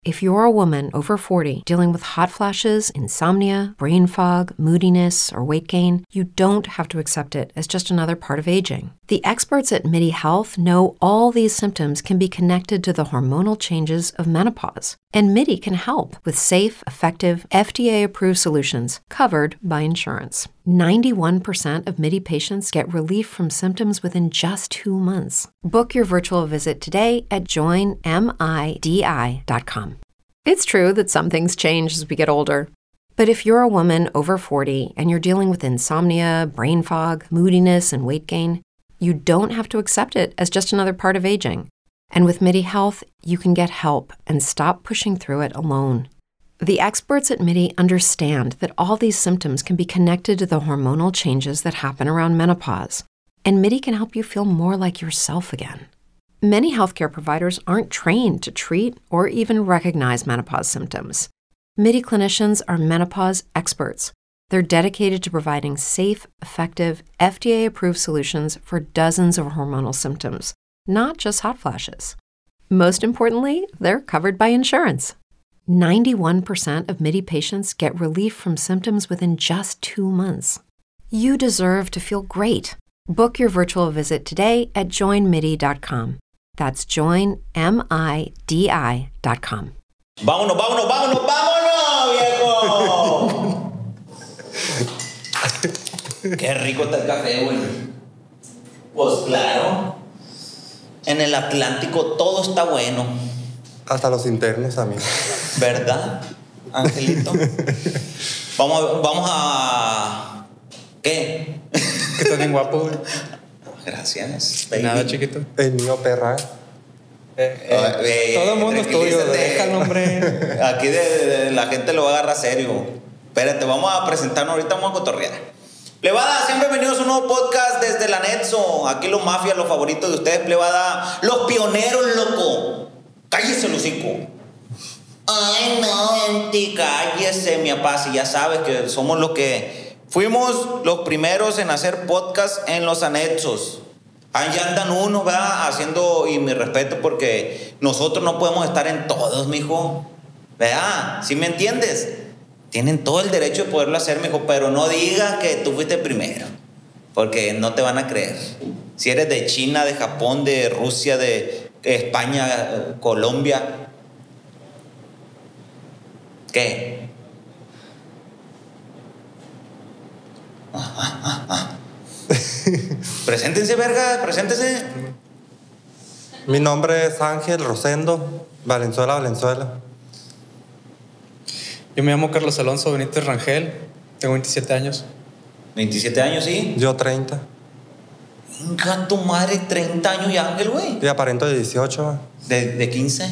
If you're a woman over 40 dealing with hot flashes, insomnia, brain fog, moodiness, or weight gain, you don't have to accept it as just another part of aging. The experts at MIDI Health know all these symptoms can be connected to the hormonal changes of menopause. And MIDI can help with safe, effective, FDA-approved solutions covered by insurance. 91% of MIDI patients get relief from symptoms within just 2 months. Book your virtual visit today at joinmidi.com. It's true that some things change as we get older. But if you're a woman over 40 and you're dealing with insomnia, brain fog, moodiness, and weight gain, you don't have to accept it as just another part of aging. And with MIDI Health, you can get help and stop pushing through it alone. The experts at MIDI understand that all these symptoms can be connected to the hormonal changes that happen around menopause, and MIDI can help you feel more like yourself again. Many healthcare providers aren't trained to treat or even recognize menopause symptoms. MIDI clinicians are menopause experts. They're dedicated to providing safe, effective, FDA-approved solutions for dozens of hormonal symptoms, not just hot flashes. Most importantly, they're covered by insurance. 91% of MIDI patients get relief from symptoms within just 2 months. You deserve to feel great. Book your virtual visit today at joinmidi.com. That's joinmidi.com. ¡Vámonos, vámonos, vámonos, vámonos, viejo! Qué rico está el café, güey. Pues claro. En el Atlántico todo está bueno. Hasta los internos, amigo. ¿Verdad, Angelito? Vamos a... ¿Qué? Que estás bien guapo, güey. Gracias, baby. Nada, chiquito. El mío, perra. Todo el mundo es tuyo, déjalo, hombre. Aquí la gente lo va a agarrar serio. Espérate, vamos a presentarnos ahorita, vamos a cotorrear. Plebada, sean bienvenidos a un nuevo podcast desde la Netso. Aquí los mafias, los favoritos de ustedes, plebada. Los pioneros, loco. Cállese el hocico. Ay, no, cállese, mi papá. Si ya sabes que somos los que fuimos los primeros en hacer podcast en los anexos. Ahí andan unos, ¿verdad? Haciendo, y mi respeto, porque nosotros no podemos estar en todos, mijo. ¿Verdad? ¿Sí me entiendes? Tienen todo el derecho de poderlo hacer, mijo, pero no digas que tú fuiste primero, porque no te van a creer. Si eres de China, de Japón, de Rusia, de España, Colombia. ¿Qué? Preséntense, verga, preséntense. Mi nombre es Ángel Rosendo Valenzuela. Yo me llamo Carlos Alonso Benítez Rangel, tengo 27 años. 27 años, ¿sí? Yo 30. Venga, tu madre, 30 años y Ángel, güey. Y aparento de 18. ¿De 15?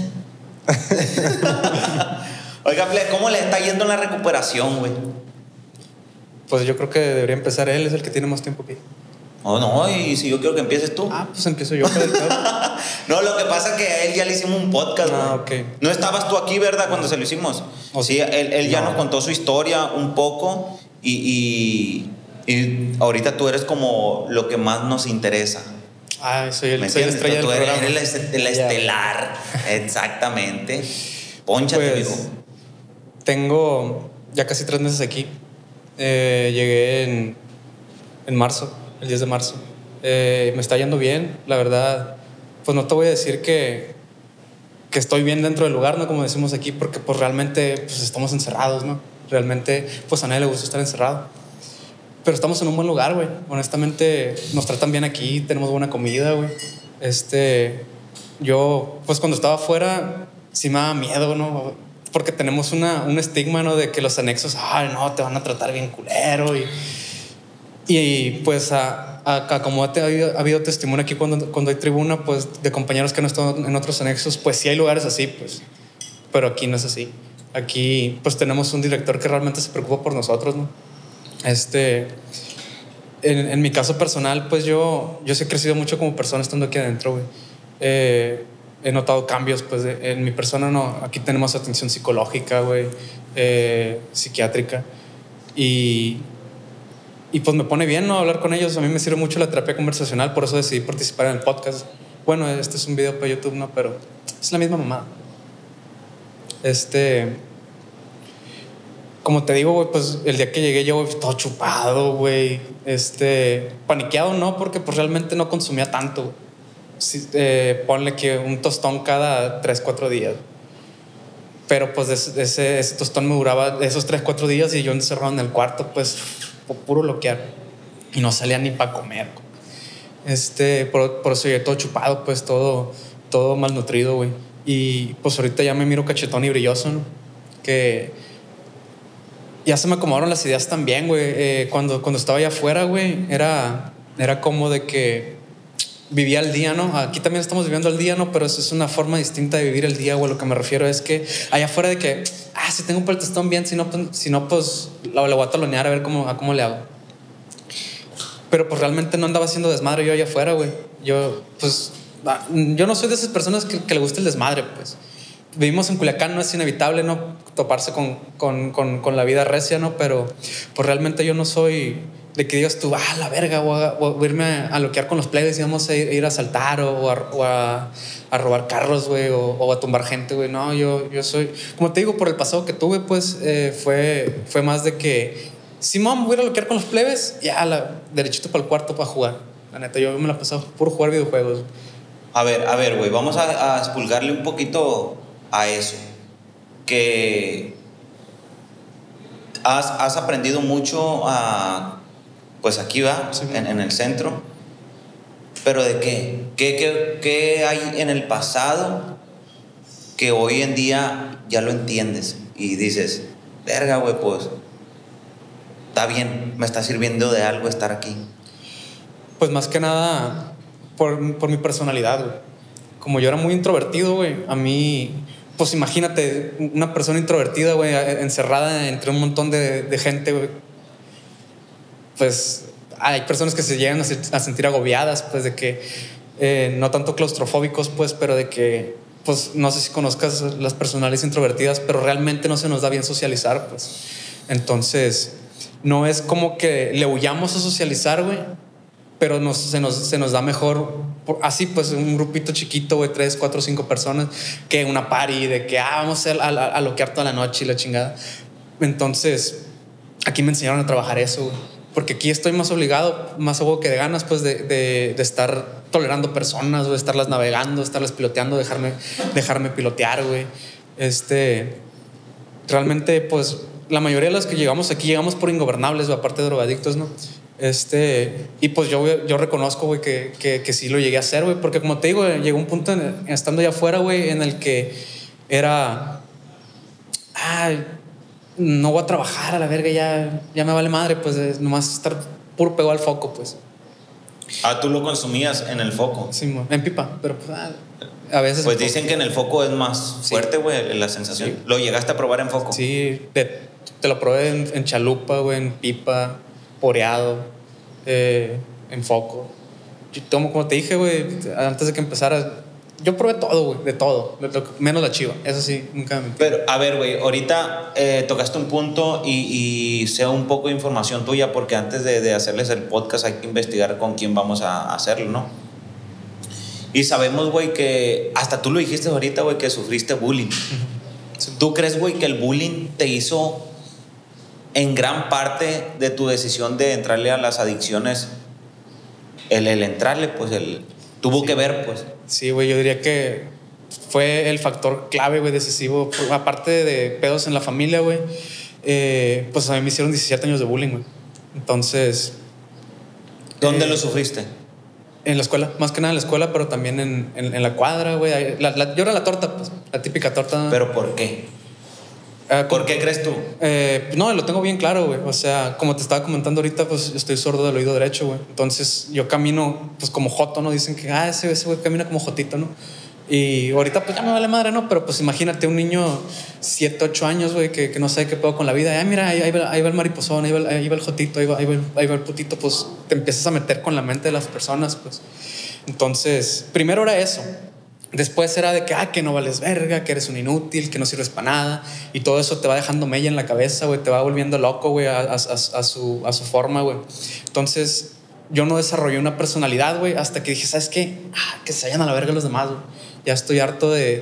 Oiga, ¿cómo le está yendo en la recuperación, güey? Pues yo creo que debería empezar él, es el que tiene más tiempo aquí. Oh, no, y si yo quiero que empieces tú. Ah, pues empiezo yo. No, lo que pasa es que a él ya le hicimos un podcast, güey. Ok. No estabas tú aquí, ¿verdad? Cuando se lo hicimos. Sí, él ya nos contó su historia un poco y ahorita tú eres como lo que más nos interesa. Ah, soy la estrella del programa. Eres la estelar. Exactamente. Pónchate, pues, amigo. Tengo ya casi 3 meses aquí. Llegué en marzo, el 10 de marzo. Me está yendo bien, la verdad. Pues no te voy a decir que estoy bien dentro del lugar, ¿no? Como decimos aquí, porque pues realmente pues estamos encerrados, ¿no? Realmente pues a nadie le gusta estar encerrado. Pero estamos en un buen lugar, güey. Honestamente nos tratan bien aquí, tenemos buena comida, güey. Yo pues cuando estaba afuera sí me daba miedo, ¿no? Porque tenemos un estigma, ¿no? De que los anexos, ay, no, te van a tratar bien culero. Y pues como ha habido testimonio aquí cuando hay tribuna, pues de compañeros que no están en otros anexos, pues sí hay lugares así, pues. Pero aquí no es así. Aquí pues tenemos un director que realmente se preocupa por nosotros, ¿no? En mi caso personal, pues yo sí he crecido mucho como persona estando aquí adentro, güey. He notado cambios, pues, en mi persona, no. Aquí tenemos atención psicológica, güey, psiquiátrica. Y pues me pone bien, ¿no? Hablar con ellos. A mí me sirve mucho la terapia conversacional, por eso decidí participar en el podcast. Bueno, este es un video para YouTube, ¿no? Pero es la misma mamada. Como te digo, güey, pues el día que llegué yo, güey, todo chupado, güey. Paniqueado no, porque pues realmente no consumía tanto, güey. Sí, ponle que un tostón cada 3-4 días. Pero pues ese tostón me duraba esos 3-4 días y yo encerrado en el cuarto, pues puro loquear. Y no salía ni para comer. Por eso llegué todo chupado, pues todo malnutrido, güey. Y pues ahorita ya me miro cachetón y brilloso, ¿no? Que ya se me acomodaron las ideas también, güey. Cuando estaba allá afuera, güey, era como de que vivía el día, ¿no? Aquí también estamos viviendo el día, ¿no? Pero eso es una forma distinta de vivir el día, güey. Lo que me refiero es que allá afuera de que, si tengo un tostón bien, si no, pues la voy a talonear a ver cómo le hago. Pero pues realmente no andaba haciendo desmadre yo allá afuera, güey. Yo no soy de esas personas que le gusta el desmadre, pues. Vivimos en Culiacán, no es inevitable, ¿no? Toparse con la vida recia, ¿no? Pero pues realmente yo no soy de que digas tú, la verga, voy a irme a loquear con los plebes y vamos a ir a asaltar o a robar carros, güey, o a tumbar gente, güey. No, yo soy, como te digo, por el pasado que tuve, pues fue más de que si voy a ir a loquear con los plebes, derechito para el cuarto para jugar. La neta, yo me la he pasado puro jugar videojuegos. A ver, güey, vamos a expulgarle un poquito a eso. Que has aprendido mucho pues aquí va, sí, en el centro. ¿Pero de qué? ¿Qué hay en el pasado que hoy en día ya lo entiendes? Y dices, verga, güey, pues está bien, me está sirviendo de algo estar aquí. Pues más que nada por mi personalidad, güey. Como yo era muy introvertido, güey, a mí, pues imagínate una persona introvertida, güey, encerrada entre un montón de gente, güey. Pues hay personas que se llegan a sentir agobiadas, pues de que no tanto claustrofóbicos, pues, pero de que, pues no sé si conozcas las personalidades introvertidas, pero realmente no se nos da bien socializar, pues. Entonces, no es como que le huyamos a socializar, güey, pero se nos da mejor así, pues, un grupito chiquito, güey, 3, 4, 5 personas, que una party de que vamos a loquear toda la noche y la chingada. Entonces, aquí me enseñaron a trabajar eso, güey. Porque aquí estoy más obligado, más hago que de ganas, pues, de estar tolerando personas, de estarlas navegando, estarlas piloteando, dejarme pilotear, güey. Realmente, pues, la mayoría de los que llegamos aquí llegamos por ingobernables, güey, aparte de drogadictos, ¿no? Y pues yo reconozco, güey, que sí lo llegué a hacer, güey, porque como te digo, llegó un punto estando allá afuera, güey, en el que era, no voy a trabajar a la verga, ya me vale madre, pues nomás estar puro pegado al foco, pues. Tú lo consumías en el foco. Sí, en pipa, pero pues a veces. Pues dicen que en el foco es más fuerte, güey, la sensación. Sí. ¿Lo llegaste a probar en foco? Sí, te lo probé en chalupa, güey, en pipa, poreado, en foco. Yo tomo, como te dije, güey, antes de que empezara, yo probé todo, güey, de todo, menos la chiva, eso sí, nunca me... Pero, a ver, güey, ahorita tocaste un punto y sé un poco de información tuya, porque antes de hacerles el podcast hay que investigar con quién vamos a hacerlo, ¿no? Y sabemos, güey, que hasta tú lo dijiste ahorita, güey, que sufriste bullying. Sí. ¿Tú crees, güey, que el bullying te hizo en gran parte de tu decisión de entrarle a las adicciones? El entrarle, pues, tuvo que ver, pues. Sí, güey, yo diría que fue el factor clave, güey, decisivo. Aparte de pedos en la familia, güey, pues a mí me hicieron 17 años de bullying, güey. Entonces... ¿Dónde lo sufriste? En la escuela, más que nada en la escuela, pero también en la cuadra, güey. Yo era la torta, pues, la típica torta. ¿Pero por qué? ¿Por qué crees tú? No, lo tengo bien claro, güey. O sea, como te estaba comentando ahorita, pues estoy sordo del oído derecho, güey. Entonces yo camino, pues, como joto, ¿no? Dicen que ese güey camina como jotito, ¿no? Y ahorita, pues ya me vale madre, ¿no? Pero pues imagínate un niño 7, 8 años, güey, que no sabe qué pedo con la vida. Mira, ahí va el mariposón, ahí va el jotito, ahí va el putito. Pues te empiezas a meter con la mente de las personas, pues. Entonces, primero era eso. Después era de que no vales verga, que eres un inútil, que no sirves para nada. Y todo eso te va dejando mella en la cabeza, güey. Te va volviendo loco, güey, a su forma, güey. Entonces, yo no desarrollé una personalidad, güey, hasta que dije, ¿sabes qué? Que se vayan a la verga los demás, güey. Ya estoy harto de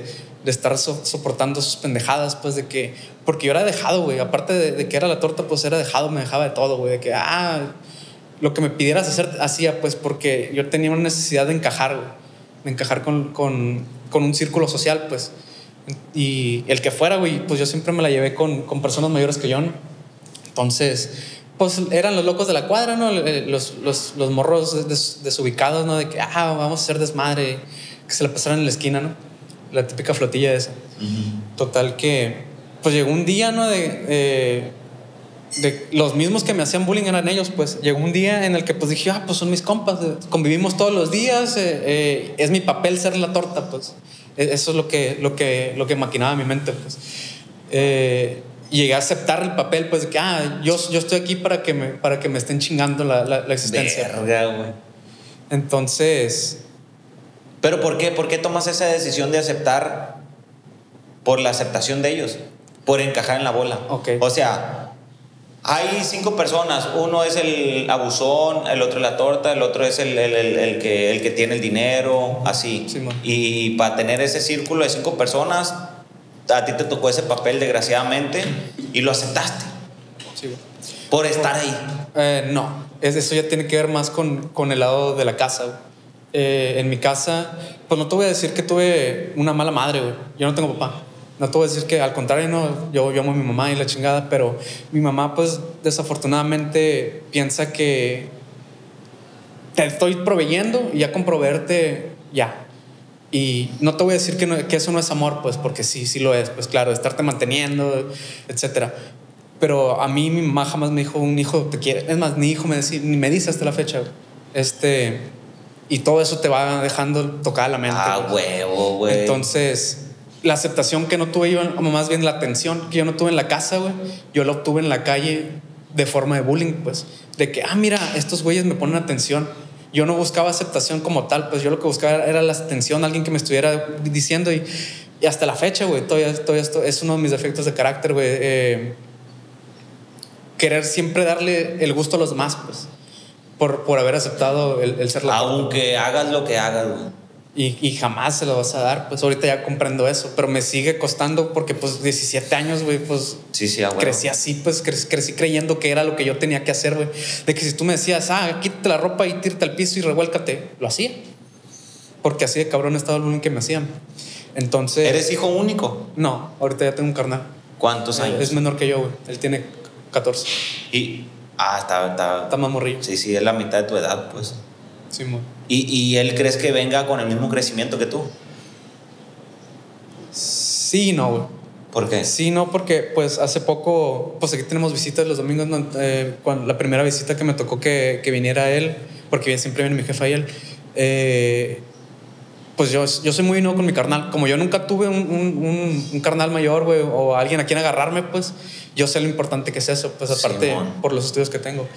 de estar soportando sus pendejadas, pues de que, porque yo era dejado, güey, aparte de que era la torta, pues era dejado, me dejaba de todo, güey, de que, lo que me pidieras hacer, hacía, pues porque yo tenía una necesidad de encajar, güey, de encajar con un círculo social, pues, y el que fuera, güey, pues yo siempre me la llevé con personas mayores que yo, ¿no? Entonces, pues eran los locos de la cuadra, ¿no? Los morros desubicados, ¿no? De que, vamos a hacer desmadre, que se la pasaran en la esquina, ¿no? La típica flotilla esa. Total que, pues llegó un día, ¿no? De los mismos que me hacían bullying eran ellos, pues. Llegó un día en el que pues dije, pues son mis compas, convivimos todos los días, es mi papel ser la torta, pues. Eso es lo que maquinaba mi mente, pues. Llegué a aceptar el papel, pues de que yo estoy aquí para que me estén chingando la existencia. Verga, güey. Entonces, ¿pero por qué? ¿Por qué tomas esa decisión de aceptar por la aceptación de ellos? Por encajar en la bola. Okay. O sea, hay 5 personas. Uno es el abusón, el otro es la torta, el otro es el que tiene el dinero, así. Sí, y para tener ese círculo de 5 personas, a ti te tocó ese papel, desgraciadamente, y lo aceptaste. Sí. Por estar ahí. No, eso ya tiene que ver más con el lado de la casa, güey. En mi casa, pues no te voy a decir que tuve una mala madre, güey. Yo no tengo papá. No te voy a decir que al contrario, no. Yo amo a mi mamá y la chingada, pero mi mamá, pues desafortunadamente piensa que te estoy proveyendo y ya con proveerte, ya. Y no te voy a decir que eso no es amor, pues, porque sí lo es, pues claro, estarte manteniendo, etcétera. Pero a mí mi mamá jamás me dijo, un hijo te quiere. Es más, ni hijo ni me dice hasta la fecha. Y todo eso te va dejando tocada la mente. Huevo, güey. Entonces, la aceptación que no tuve yo, o más bien la atención que yo no tuve en la casa, güey, yo la obtuve en la calle de forma de bullying, pues. De que, mira, estos güeyes me ponen atención. Yo no buscaba aceptación como tal, pues yo lo que buscaba era la atención, alguien que me estuviera diciendo. Y hasta la fecha, güey, todavía esto es uno de mis defectos de carácter, güey. Querer siempre darle el gusto a los demás, pues. Por haber aceptado el ser la aunque hagas lo que hagas, güey. Y jamás se lo vas a dar, pues ahorita ya comprendo eso, pero me sigue costando porque pues 17 años, güey, pues sí, crecí así, pues crecí creyendo que era lo que yo tenía que hacer, güey. De que si tú me decías, quítate la ropa y tírate al piso y revuélcate, lo hacía. Porque así de cabrón estaba el bullying que me hacían. Entonces... ¿Eres hijo único? No, ahorita ya tengo un carnal. ¿Cuántos años? Es menor que yo, güey. Él tiene 14. Y... está más morrillo. Sí, es la mitad de tu edad, pues. Sí, mo. ¿Y él crees que venga con el mismo crecimiento que tú? Sí, no, güey. ¿Por qué? Sí, no, porque pues hace poco, pues aquí tenemos visitas los domingos, ¿no? Cuando la primera visita que me tocó que viniera él, porque siempre viene mi jefa y él, pues yo soy muy no con mi carnal. Como yo nunca tuve un carnal mayor, güey, o alguien a quien agarrarme, pues yo sé lo importante que es eso, pues aparte por los estudios que tengo.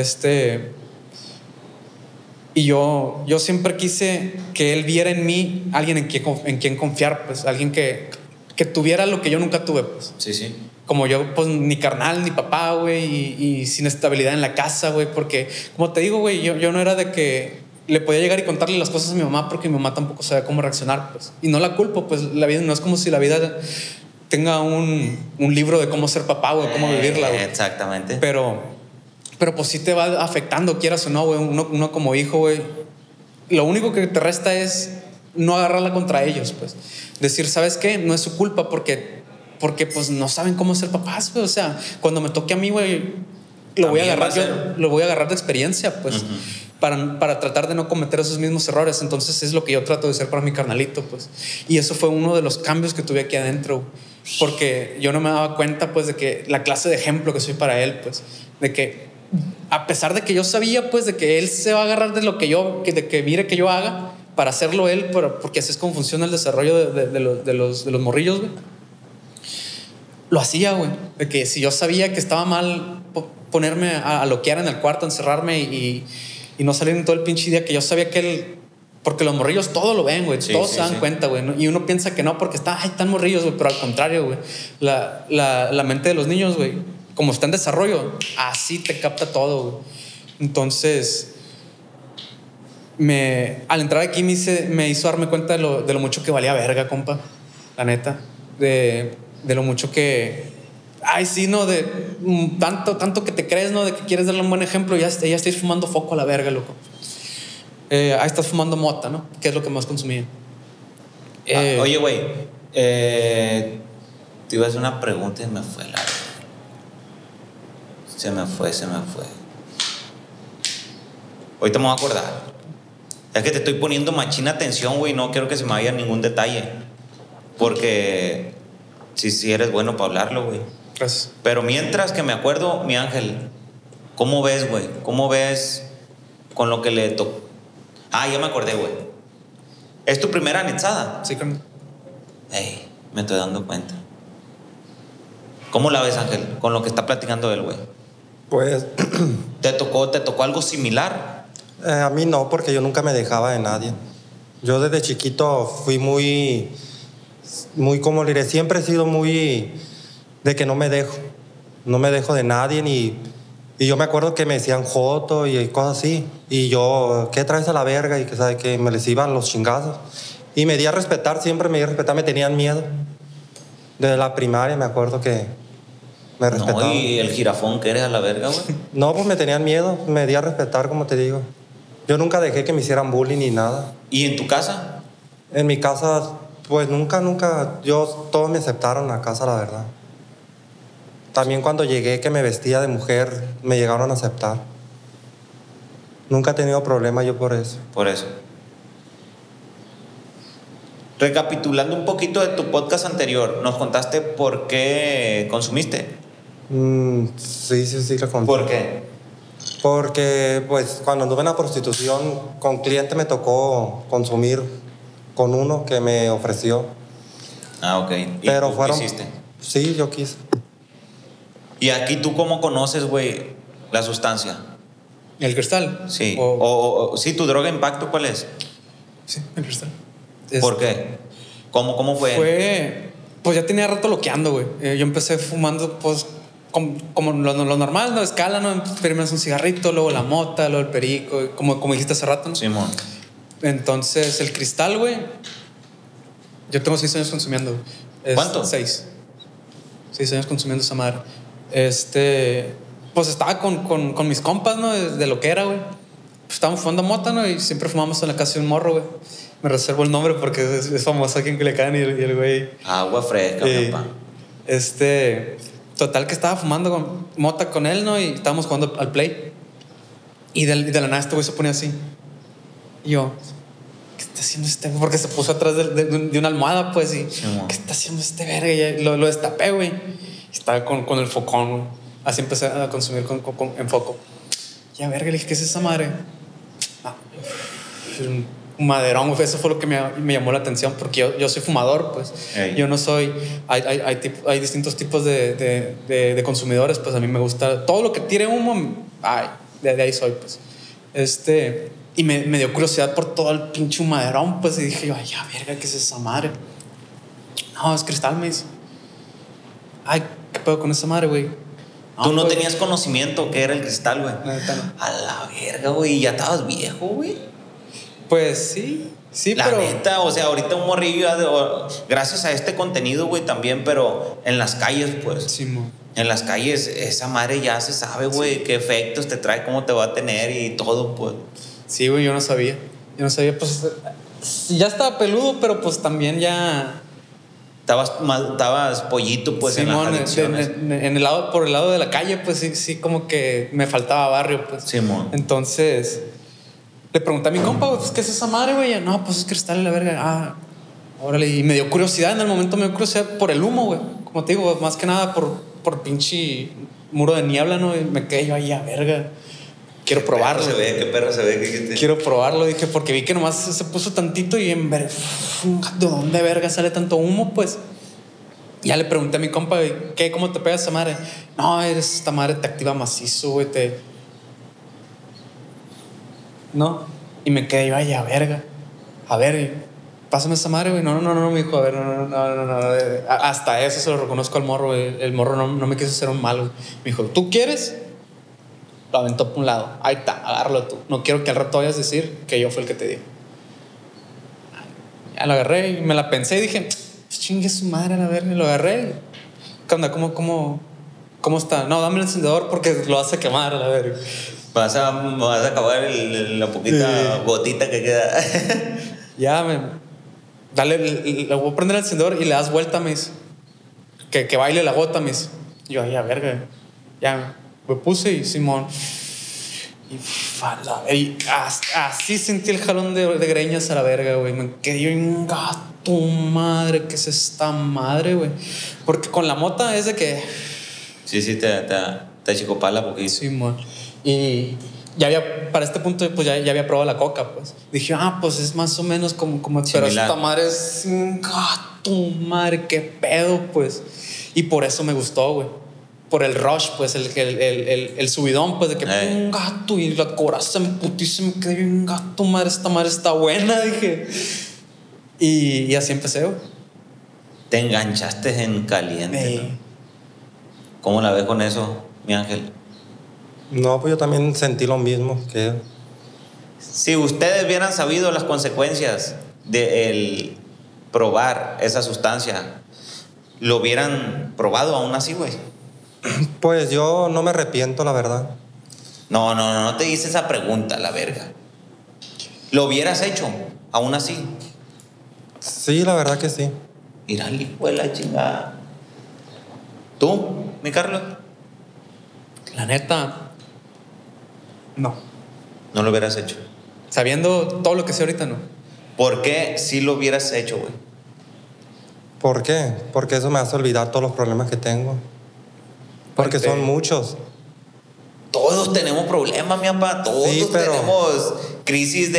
Y yo siempre quise que él viera en mí alguien en quien confiar, pues alguien que tuviera lo que yo nunca tuve, pues. Sí. Como yo, pues ni carnal, ni papá, güey, y sin estabilidad en la casa, güey, porque como te digo, güey, yo no era de que le podía llegar y contarle las cosas a mi mamá porque mi mamá tampoco sabía cómo reaccionar, pues. Y no la culpo, pues la vida no es como si la vida tenga un libro de cómo ser papá, güey, cómo vivirla, güey. Exactamente. Pero pues sí te va afectando, quieras o no, güey. Uno como hijo, güey, lo único que te resta es no agarrarla contra ellos, pues. Decir, ¿sabes qué? No es su culpa porque pues no saben cómo ser papás, güey. O sea, cuando me toque a mí, güey, lo voy a agarrar de experiencia, pues. Para tratar de no cometer esos mismos errores. Entonces es lo que yo trato de hacer para mi carnalito, pues. Y eso fue uno de los cambios que tuve aquí adentro, porque yo no me daba cuenta, pues, de que la clase de ejemplo que soy para él, pues, de que a pesar de que yo sabía, pues, de que él se va a agarrar de lo que de que mire que yo haga para hacerlo él, porque así es como funciona el desarrollo de los morrillos, güey. Lo hacía, güey. De que si yo sabía que estaba mal ponerme a loquear en el cuarto, encerrarme y no salir en todo el pinche día, que yo sabía que él... Porque los morrillos todo lo ven, güey. Todos se dan cuenta, güey, ¿no? Y uno piensa que no porque están morrillos, güey. Pero al contrario, güey. La mente de los niños, güey, como está en desarrollo, así te capta todo, güey. Entonces, al entrar aquí me hizo darme cuenta de lo mucho que valía verga, compa. la neta, de lo mucho que... Ay, sí, ¿no? De tanto que te crees, ¿no? De que quieres darle un buen ejemplo, ya estáis fumando foco a la verga, loco. Ahí estás fumando mota, ¿no? Que es lo que más consumía. Oye, güey, te iba a hacer una pregunta y me fue la... Se me fue. Ahorita me voy a acordar. Es que te estoy poniendo machina atención, güey. No quiero que se me vaya ningún detalle. Porque sí eres bueno para hablarlo, güey. Gracias. Pero mientras que me acuerdo, mi Ángel, ¿cómo ves, güey? ¿Cómo ves con lo que le tocó? Ah, ya me acordé, güey. ¿Es tu primera anexada? Sí, con... Ey, Me estoy dando cuenta. ¿Cómo la ves, Ángel? Con lo que está platicando él, güey. pues ¿Te tocó algo similar? a mí no, porque yo nunca me dejaba de nadie. Yo desde chiquito fui muy, como le diré, siempre he sido muy de que no me dejo de nadie y yo me acuerdo que me decían joto y cosas así y yo, ¿qué traes a la verga? Y que sabe que me les iban los chingazos y me di a respetar, siempre me di a respetar, me tenían miedo. Desde la primaria me acuerdo que me respetaban. No, y el jirafón que eres a la verga, güey. No, pues me tenían miedo, me di a respetar, como te digo. Yo nunca dejé que me hicieran bullying ni nada. ¿Y en tu casa? En mi casa, pues nunca, todos me aceptaron en la casa, la verdad. También cuando llegué que me vestía de mujer, me llegaron a aceptar. Nunca he tenido problema yo por eso. Por eso. Recapitulando un poquito de tu podcast anterior, nos contaste por qué consumiste. Sí, lo conté. ¿Por qué? Porque, pues, cuando anduve en la prostitución, con cliente me tocó consumir con uno que me ofreció. Ah, ok. ¿Y Pero tú fueron... qué hiciste? Sí, yo quise. ¿Y aquí tú cómo conoces, güey, la sustancia? ¿El cristal? Sí. O sí, tu droga de impacto, ¿cuál es? Sí, el cristal. ¿Por qué? ¿Cómo fue? Pues ya tenía rato loqueando, güey. Yo empecé fumando, pues, como lo normal, ¿no? Escala, ¿no? Primero es un cigarrito, luego la mota, luego el perico, como dijiste hace rato, ¿no? Simón. Entonces, el cristal, güey. Yo tengo 6 años consumiendo. ¿Cuánto? 6 años consumiendo esa madre. Pues estaba con mis compas, ¿no? De lo que era, güey. Pues estábamos fumando mota, ¿no? Y siempre fumamos en la casa de un morro, güey. Me reservo el nombre porque es famoso aquí en Culiacán y el güey. Agua fresca, papá. Total que estaba fumando con mota con él, ¿no? Y estábamos jugando al play. Y de la nada este güey se ponía así. Y yo, ¿qué está haciendo este? Porque se puso atrás de una almohada, pues. Y, sí, ¿qué está haciendo este verga? Y lo destapé, güey. Estaba con el focón, güey. Así empecé a consumir en foco. Ya, verga, le dije, ¿qué es esa madre? Un maderón, eso fue lo que me llamó la atención, porque yo soy fumador, pues. Ey. Yo no soy... Hay distintos tipos de consumidores, pues a mí me gusta... Todo lo que tire humo, de ahí soy, pues. Y me dio curiosidad por todo el pinche maderón, pues, y dije yo, ay, ya, verga, ¿qué es esa madre? No, es cristal, me dice. Ay, ¿qué pedo con esa madre, güey? ¿Tú no pues, tenías conocimiento que era el cristal, güey? La neta no. A la verga, güey. Ya estabas viejo, güey. Pues sí, La pero... neta, o sea, ahorita un morrillo, gracias a este contenido, güey, también, pero en las calles, pues. Sí, mo. En las calles, esa madre ya se sabe, güey, sí, qué efectos te trae, cómo te va a tener y todo, pues. Sí, güey, yo no sabía, pues ya estaba peludo, pero pues también ya... Estabas pollito, pues, sí, en las adicciones. Por el lado de la calle, pues sí, como que me faltaba barrio, pues. Sí, mon. Entonces, le pregunté a mi compa, pues, ¿qué es esa madre, güey? No, pues es cristal, la verga. Órale. Y me dio curiosidad, en el momento me dio curiosidad por el humo, güey. Como te digo, más que nada por pinche muro de niebla, ¿no? Y me quedé yo ahí, a verga. Quiero probarlo. Qué perro se ve. Quiero probarlo, dije, porque vi que nomás se puso tantito y ¿de dónde verga sale tanto humo? Pues ya le pregunté a mi compa, ¿qué? ¿Cómo te pegas esa madre? No, esta madre te activa macizo, güey. No. Y me quedé yo, ay, a verga. A ver, pásame esa madre, güey. No, me dijo, a ver, no. Hasta eso se lo reconozco al morro, güey. El morro no me quiso hacer un mal, güey. Me dijo, ¿tú quieres? Lo aventó por un lado. Ahí está, agárralo tú. No quiero que al rato vayas a decir que yo fui el que te dio. Ya lo agarré y me la pensé y dije, pues chingue su madre a la verga. Y lo agarré. ¿Qué onda? ¿Cómo está? No, dame el encendedor porque lo hace quemar a la verga. Vas a acabar la poquita gotita que queda. Ya, dale, le voy a prender el encendedor y le das vuelta, me dice. Que baile la gota, me dice. Y yo, ya, verga. Ya, me puse y Simón. Y así sentí el jalón de greñas a la verga, güey. Me quedé en gato, madre, ¿qué es esta madre, güey? Porque con la mota es de que... Sí, te chicopala poquito. Simón. Y ya había, para este punto, pues ya había probado la coca, pues. Dije, pues es más o menos como pero esta madre es un gato, madre, qué pedo, pues. Y por eso me gustó, güey. Por el rush, pues, el subidón, pues, de que un gato y la coraza me putiza, me quedé un gato, madre, esta madre está buena, dije. Y así empecé, güey. Te enganchaste en caliente, ¿no? ¿Cómo la ves con eso, mi ángel? No, pues yo también sentí lo mismo que él. Si ustedes hubieran sabido las consecuencias de el probar esa sustancia, ¿lo hubieran probado aún así, güey? Pues yo no me arrepiento, la verdad. No te hice esa pregunta, la verga. ¿Lo hubieras hecho aún así? Sí, la verdad que sí. Mira, el hijo de la chingada. ¿Tú, mi Carlos? La neta, no. No lo hubieras hecho. Sabiendo todo lo que sé ahorita, no. ¿Por qué sí lo hubieras hecho, güey? ¿Por qué? Porque eso me hace olvidar todos los problemas que tengo. Porque son muchos. Todos tenemos problemas, mi papá. Todos sí, pero... tenemos crisis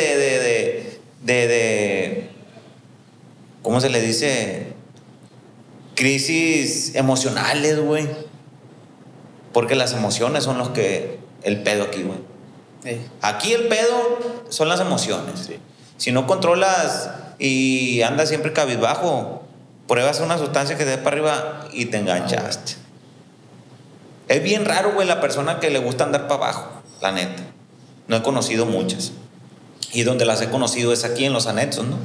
de ¿cómo se le dice? Crisis emocionales, güey. Porque las emociones son los que... El pedo aquí, güey. Aquí el pedo son las emociones. Sí. Si no controlas y andas siempre cabizbajo, pruebas una sustancia que te dé para arriba y te enganchaste. Es bien raro, güey, la persona que le gusta andar para abajo, la neta. No he conocido muchas. Y donde las he conocido es aquí en los anexos, ¿no?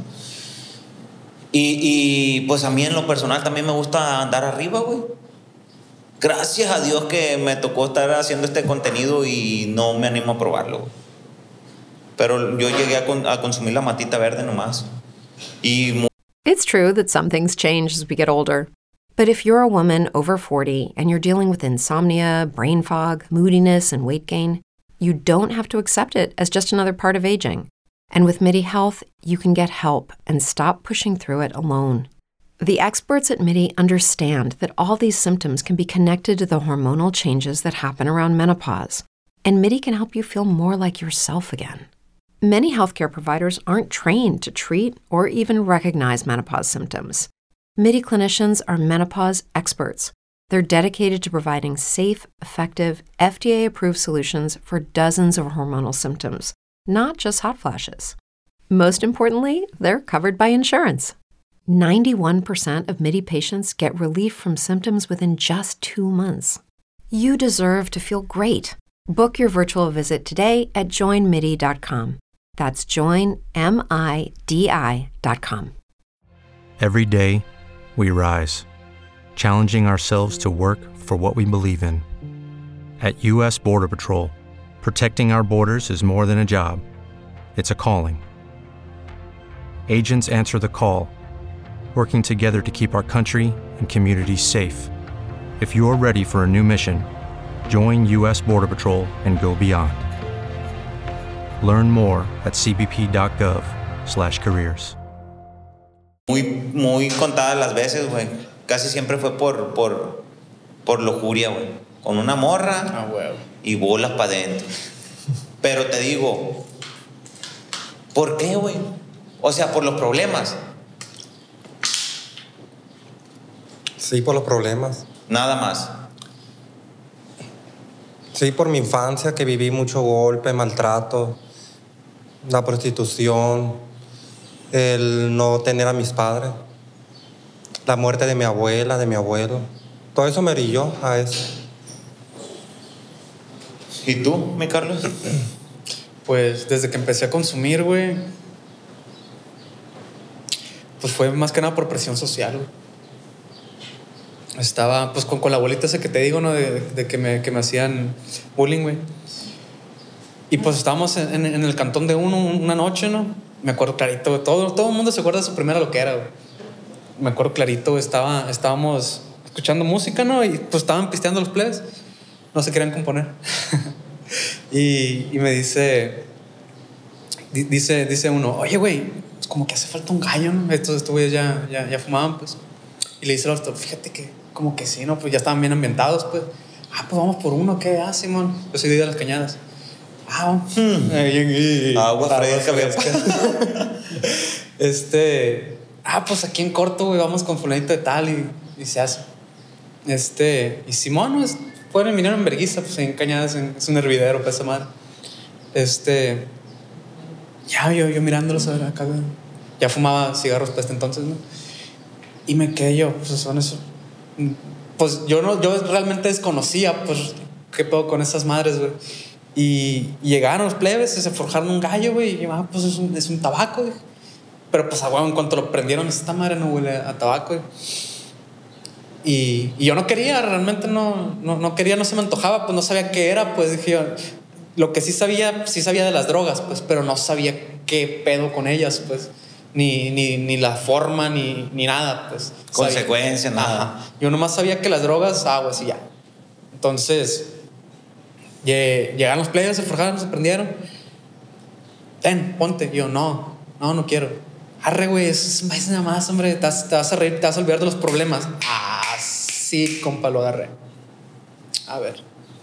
Y pues a mí en lo personal también me gusta andar arriba, güey. Gracias a Dios que me tocó estar haciendo este contenido y no me animo a probarlo, güey. Pero yo llegué a consumir la matita verde nomás. It's true that some things change as we get older. But if you're a woman over 40 and you're dealing with insomnia, brain fog, moodiness, and weight gain, you don't have to accept it as just another part of aging. And with MIDI Health, you can get help and stop pushing through it alone. The experts at MIDI understand that all these symptoms can be connected to the hormonal changes that happen around menopause. And MIDI can help you feel more like yourself again. Many healthcare providers aren't trained to treat or even recognize menopause symptoms. MIDI clinicians are menopause experts. They're dedicated to providing safe, effective, FDA-approved solutions for dozens of hormonal symptoms, not just hot flashes. Most importantly, they're covered by insurance. 91% of MIDI patients get relief from symptoms within just 2 months. You deserve to feel great. Book your virtual visit today at joinmidi.com. That's joinmidi.com. Every day, we rise, challenging ourselves to work for what we believe in. At U.S. Border Patrol, protecting our borders is more than a job. It's a calling. Agents answer the call, working together to keep our country and communities safe. If you're ready for a new mission, join U.S. Border Patrol and go beyond. Learn more at cbp.gov/careers. Muy contadas las veces, güey. Casi siempre fue por lujuria, güey. Con una morra y bolas para adentro. Pero te digo, ¿por qué, güey? O sea, por los problemas. Sí, por los problemas. Nada más. Sí, por mi infancia, que viví mucho golpe, maltrato, la prostitución, el no tener a mis padres, la muerte de mi abuela, de mi abuelo. Todo eso me orilló a eso. ¿Y tú, mi Carlos? Pues desde que empecé a consumir, güey, pues fue más que nada por presión social, güey. estaba pues con la abuelita esa que te digo, ¿no? De que me hacían bullying, güey. Y pues estábamos en el cantón de uno una noche, ¿no? Me acuerdo clarito, güey. Todo el mundo se acuerda de su primera loquera, güey. Me acuerdo clarito, güey. Estábamos escuchando música, ¿no? Y pues estaban pisteando los plebes. No se querían componer. y me dice uno, oye, güey, pues como que hace falta un gallo, ¿no? Estos güeyes ya fumaban, pues. Y le dice al otro, fíjate que como que sí, ¿no? Pues ya estaban bien ambientados, pues. Pues vamos por uno, ¿qué? Simón. Yo soy de las Cañadas. Vamos. Agua fresca. Pues aquí en corto, güey, vamos con fulanito de tal y se hace. Y Simón, pues, pueden venir en vergüenza, pues en Cañadas es un hervidero, pues esa madre. Yo mirándolos a ver acá, güey. Ya fumaba cigarros para este entonces, ¿no? Y me quedé yo, pues son eso. Pues yo realmente desconocía, pues, qué pedo con esas madres, güey. Y llegaron los plebes y se forjaron un gallo, güey. Y pues es un tabaco, güey. Pero pues, en cuanto lo prendieron, esta madre no huele a tabaco, güey. Y yo no quería, realmente no quería, no se me antojaba, pues no sabía qué era, pues dije yo. Lo que sí sabía de las drogas, pues, pero no sabía qué pedo con ellas, pues. Ni la forma, ni nada, pues. Consecuencia, nada. Ajá. Yo nomás sabía que las drogas, aguas y ya. Entonces, llegaron los players, se forjaron, se prendieron. Ponte. Y yo, no quiero. Arre, güey, eso es nada más, hombre. Te vas a reír, te vas a olvidar de los problemas. Sí, compa, lo agarré. A ver.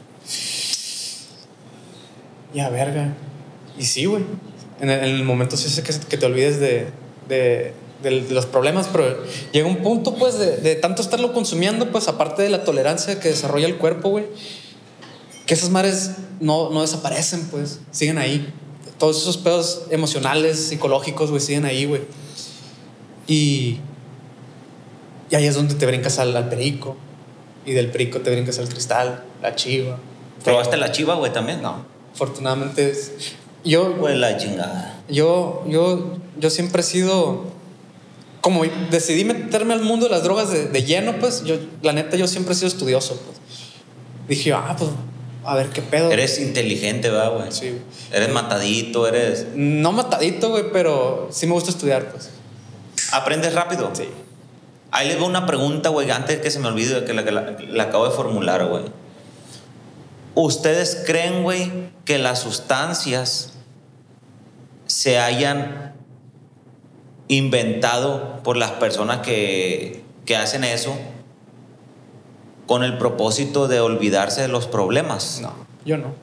Ya, verga. Y sí, güey. En el momento sí sé que te olvides de los problemas, pero llega un punto, pues, de tanto estarlo consumiendo, pues, aparte de la tolerancia que desarrolla el cuerpo, güey, que esas madres no desaparecen, pues, siguen ahí. Todos esos pedos emocionales, psicológicos, güey, siguen ahí, güey. Y ahí es donde te brincas al perico. Y del perico te brincas al cristal, la chiva. ¿Probaste la chiva, güey, también? No. Afortunadamente Pues la chingada. Yo siempre he sido, como decidí meterme al mundo de las drogas de lleno, pues la neta yo siempre he sido estudioso, pues. Dije, pues a ver qué pedo. Eres inteligente, ¿verdad, güey? Sí. Eres matadito, no matadito, güey, pero sí me gusta estudiar, pues. ¿Aprendes rápido? Sí. Ahí les voy una pregunta, güey, antes que se me olvide, que la acabo de formular, güey. ¿Ustedes creen, güey, que las sustancias se hayan inventado por las personas que hacen eso con el propósito de olvidarse de los problemas? No, yo no.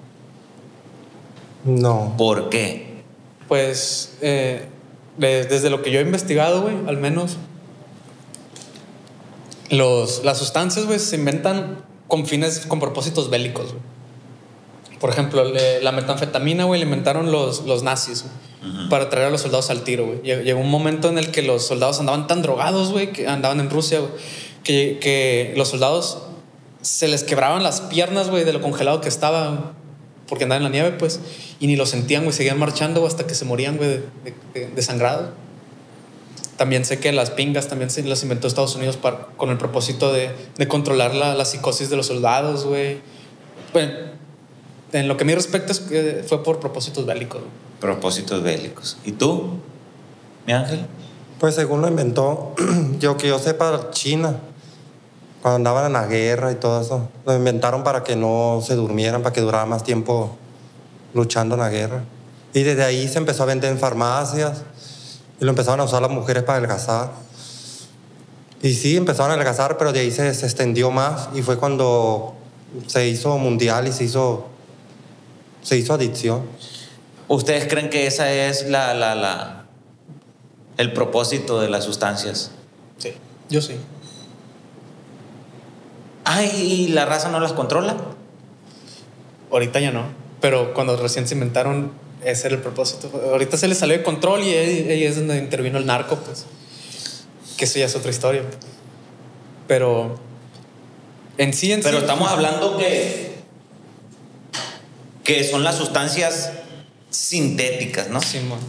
No. ¿Por qué? Pues desde lo que yo he investigado, güey, al menos las sustancias, güey, se inventan con propósitos bélicos, güey. Por ejemplo, la metanfetamina, güey, la inventaron los nazis, güey, para traer a los soldados al tiro, güey. Llegó un momento en el que los soldados andaban tan drogados, güey, que andaban en Rusia, güey, que los soldados se les quebraban las piernas, güey, de lo congelado que estaba, porque andaban en la nieve, pues, y ni lo sentían, güey, seguían marchando, güey, hasta que se morían, güey, de sangrado. También sé que las pingas también se las inventó Estados Unidos con el propósito de controlar la psicosis de los soldados, güey. Bueno, en lo que a mí respecta fue por propósitos bélicos, güey. Propósitos bélicos. ¿Y tú, mi ángel? Pues según lo inventó, que yo sepa, China, cuando andaban en la guerra y todo eso, lo inventaron para que no se durmieran, para que durara más tiempo luchando en la guerra. Y desde ahí se empezó a vender en farmacias y lo empezaron a usar las mujeres para adelgazar. Y sí, empezaron a adelgazar, pero de ahí se extendió más y fue cuando se hizo mundial y se hizo adicción. ¿Ustedes creen que esa es el propósito de las sustancias? Sí, yo sí. ¿Y la raza no las controla? Ahorita ya no, pero cuando recién se inventaron, ese era el propósito. Ahorita se les salió de control y ahí es donde intervino el narco, pues. Que eso ya es otra historia. Pero en sí. Pero estamos hablando que son las sustancias sintéticas, ¿no? Sí, man.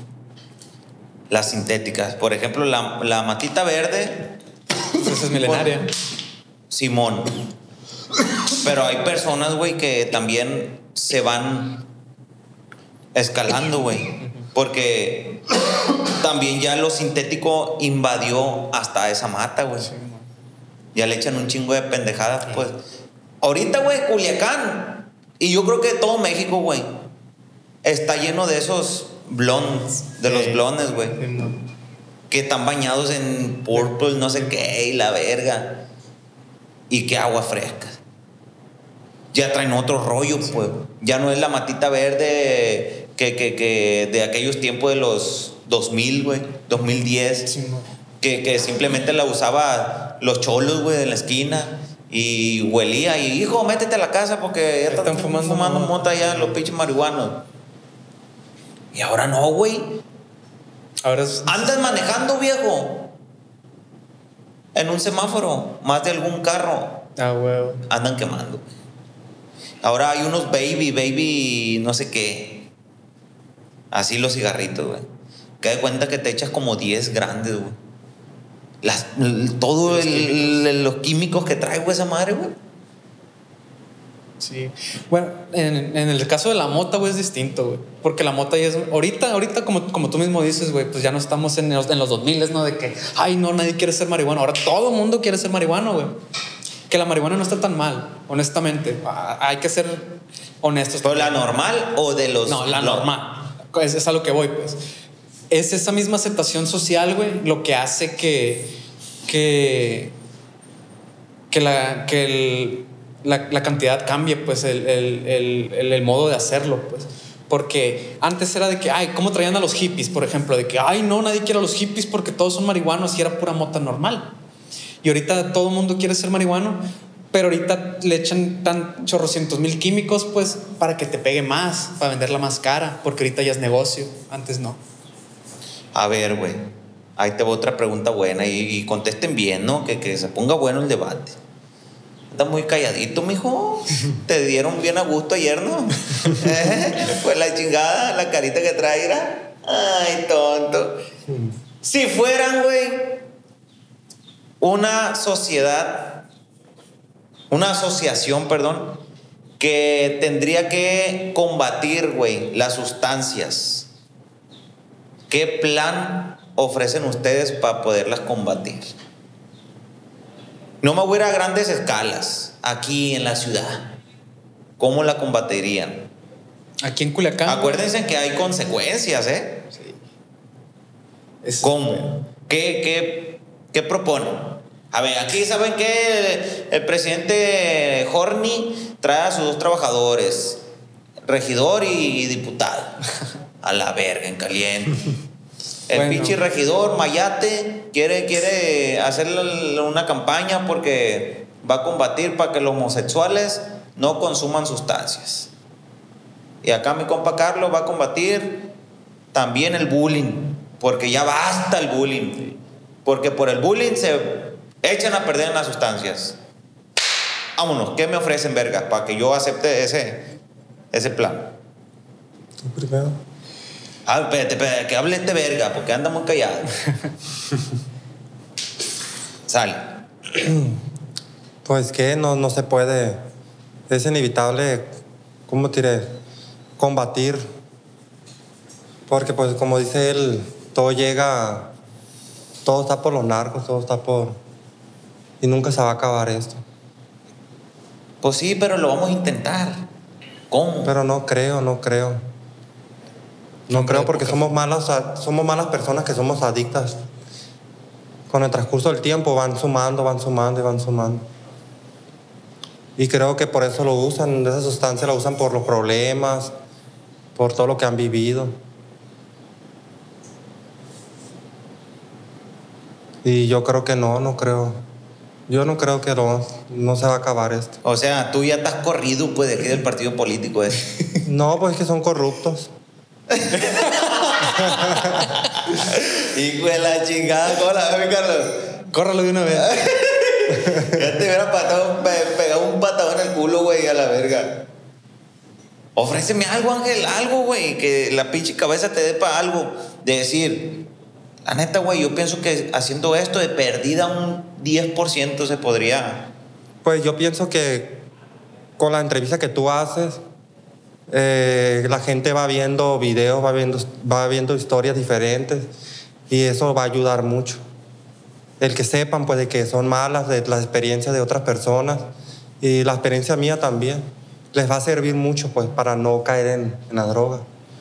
Las sintéticas. Por ejemplo, la matita verde. Pues esa es milenaria. Simón. Pero hay personas, güey, que también se van escalando, güey. Porque también ya lo sintético invadió hasta esa mata, güey. Ya le echan un chingo de pendejadas, pues. Ahorita, güey, Culiacán, y yo creo que todo México, güey, está lleno de esos blondes, de los blondes, güey. Que están bañados en purple, no sé qué, y la verga. Y que agua fresca. Ya traen otro rollo, pues. Ya no es la matita verde que de aquellos tiempos de los 2000, güey, 2010. Sí, que simplemente la usaba los cholos, güey, en la esquina. Y huelía. Y, hijo, métete a la casa porque ya están fumando mota ya los pinches marihuanos. Y ahora no, güey. Ahora Andas manejando, viejo, en un semáforo, más de algún carro. huevo. Andan quemando. Ahora hay unos baby, no sé qué. Así los cigarritos, güey. Que de cuenta que te echas como 10 grandes, güey. Los químicos que trae, güey, esa madre, güey. Sí. Bueno, en el caso de la mota, güey, es distinto, güey. Porque la mota ya es... Ahorita como tú mismo dices, güey, pues ya no estamos en los 2000, ¿no? De que, ay, no, nadie quiere ser marihuano. Ahora todo el mundo quiere ser marihuano, güey. Que la marihuana no está tan mal, honestamente. Hay que ser honestos. ¿Pero la normal o de los...? No, la normal. Es a lo que voy, pues. Es esa misma aceptación social, güey, lo que hace que la cantidad cambie, pues, el modo de hacerlo, pues. Porque antes era de que, ay, ¿cómo traían a los hippies, por ejemplo? De que, ay, no, nadie quiere a los hippies porque todos son marihuanos y era pura mota normal. Y ahorita todo el mundo quiere ser marihuano, pero ahorita le echan tan chorrocientos mil químicos, pues, para que te pegue más, para venderla más cara, porque ahorita ya es negocio, antes no. A ver, güey, ahí te va otra pregunta buena y contesten bien, ¿no? Que se ponga bueno el debate. Anda muy calladito, mijo. Te dieron bien a gusto ayer, ¿no? Pues la chingada, la carita que trae, ¿era? Ay, tonto. Si fueran, güey, una asociación, perdón, que tendría que combatir, güey, las sustancias, ¿qué plan ofrecen ustedes para poderlas combatir? No me voy a ir a grandes escalas, aquí en la ciudad. ¿Cómo la combatirían? Aquí en Culiacán. Acuérdense que hay consecuencias, ¿eh? Sí. ¿Cómo? ¿Qué proponen? A ver, aquí saben que el presidente Horny trae a sus 2 trabajadores, regidor y diputado. A la verga, en caliente. El pinche regidor Mayate quiere hacerle una campaña porque va a combatir para que los homosexuales no consuman sustancias. Y acá mi compa Carlos va a combatir también el bullying, porque ya basta el bullying. Porque por el bullying se echan a perder en las sustancias. Vámonos, ¿qué me ofrecen, verga? Para que yo acepte ese plan. ¿Tú primero? Espérate, que hable este verga, porque anda muy callado. Sale. Pues que no se puede. Es inevitable, ¿cómo te diré? Combatir. Porque, pues, como dice él, todo está por los narcos, todo está por... Y nunca se va a acabar esto. Pues sí, pero lo vamos a intentar. ¿Cómo? Pero no creo. No creo porque somos malas personas que somos adictas. Con el transcurso del tiempo van sumando. Y creo que por eso lo usan, esa sustancia la usan por los problemas, por todo lo que han vivido. Y yo creo que no creo. Yo no creo que no se va a acabar esto. O sea, tú ya estás corrido, pues, de aquí del partido político ese. No, pues es que son corruptos. Hijo de la chingada, ¿cómo la ves, Carlos? Córralo de una vez. Ya te hubiera pegado un patadón en el culo, güey, a la verga. Ofréceme algo, Ángel, algo, güey, que la pinche cabeza te dé para algo. De decir, la neta, güey, yo pienso que haciendo esto de perdida un 10% se podría Pues yo pienso que con la entrevista que tú haces, la gente va viendo videos, va viendo historias diferentes y eso va a ayudar mucho. El que sepan pues de que son malas, de las experiencias de otras personas y la experiencia mía también, les va a servir mucho pues para no caer en la droga.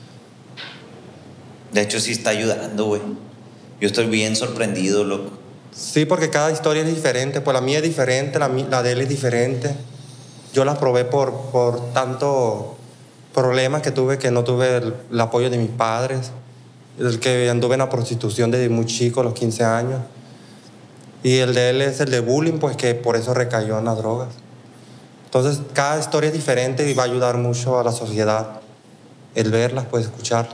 De hecho, sí está ayudando, güey. Yo estoy bien sorprendido, loco. Sí, porque cada historia es diferente, pues la mía es diferente, la de él es diferente. Yo la probé por tanto problemas que tuve, que no tuve el apoyo de mis padres, el que anduve en la prostitución desde muy chico, a los 15 años. Y el de él es el de bullying, pues que por eso recayó en las drogas. Entonces, cada historia es diferente y va a ayudar mucho a la sociedad el verlas, pues escucharlas.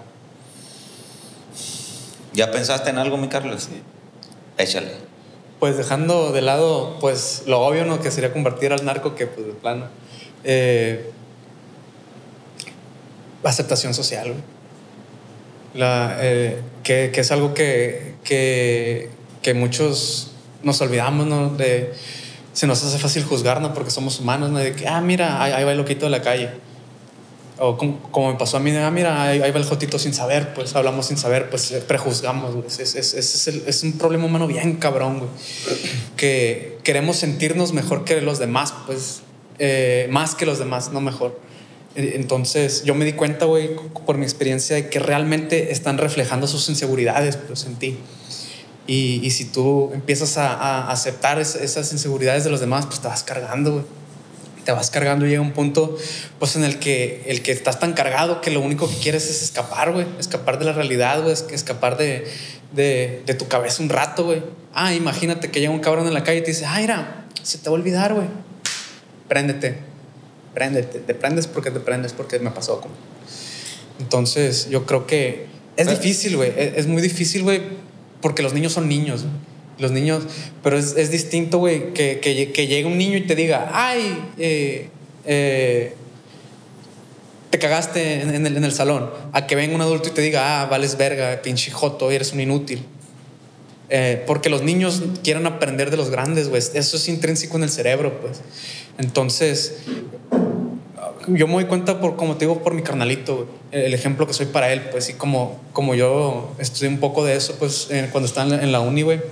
¿Ya pensaste en algo, mi Carlos? Sí. Échale. Pues dejando de lado, pues lo obvio, ¿no? Que sería convertir al narco, que pues de plano. Aceptación social, güey. Que es algo que muchos nos olvidamos, ¿no? Se nos hace fácil juzgar, ¿no? Porque somos humanos, ¿no? De que, mira, ahí va el loquito de la calle. O como me pasó a mí, mira, ahí va el jotito sin saber, pues hablamos sin saber, pues prejuzgamos, güey. Es un problema humano bien cabrón, güey. Que queremos sentirnos mejor que los demás, pues más que los demás, no mejor. Entonces yo me di cuenta, güey, por mi experiencia, de que realmente están reflejando sus inseguridades, pues, en ti. Y si tú empiezas a aceptar esas inseguridades de los demás, pues te vas cargando, güey. Te vas cargando y llega un punto pues en el que estás tan cargado que lo único que quieres es escapar, güey. Escapar de la realidad, güey. Escapar de tu cabeza un rato, güey. Imagínate que llega un cabrón en la calle y te dice, mira, se te va a olvidar, güey. Préndete. Te prendes porque me pasó. Entonces yo creo que es difícil, güey. Es muy difícil, güey, porque los niños son niños, güey. Los niños, pero es distinto, güey, que llegue un niño y te diga, te cagaste en el salón, a que venga un adulto y te diga, vales verga, pinche joto, eres un inútil. Porque los niños quieren aprender de los grandes, güey. Eso es intrínseco en el cerebro, pues. Entonces, yo me doy cuenta, como te digo, por mi carnalito, güey, el ejemplo que soy para él, pues. Y como yo estudié un poco de eso, pues, cuando estaba en la uni, güey.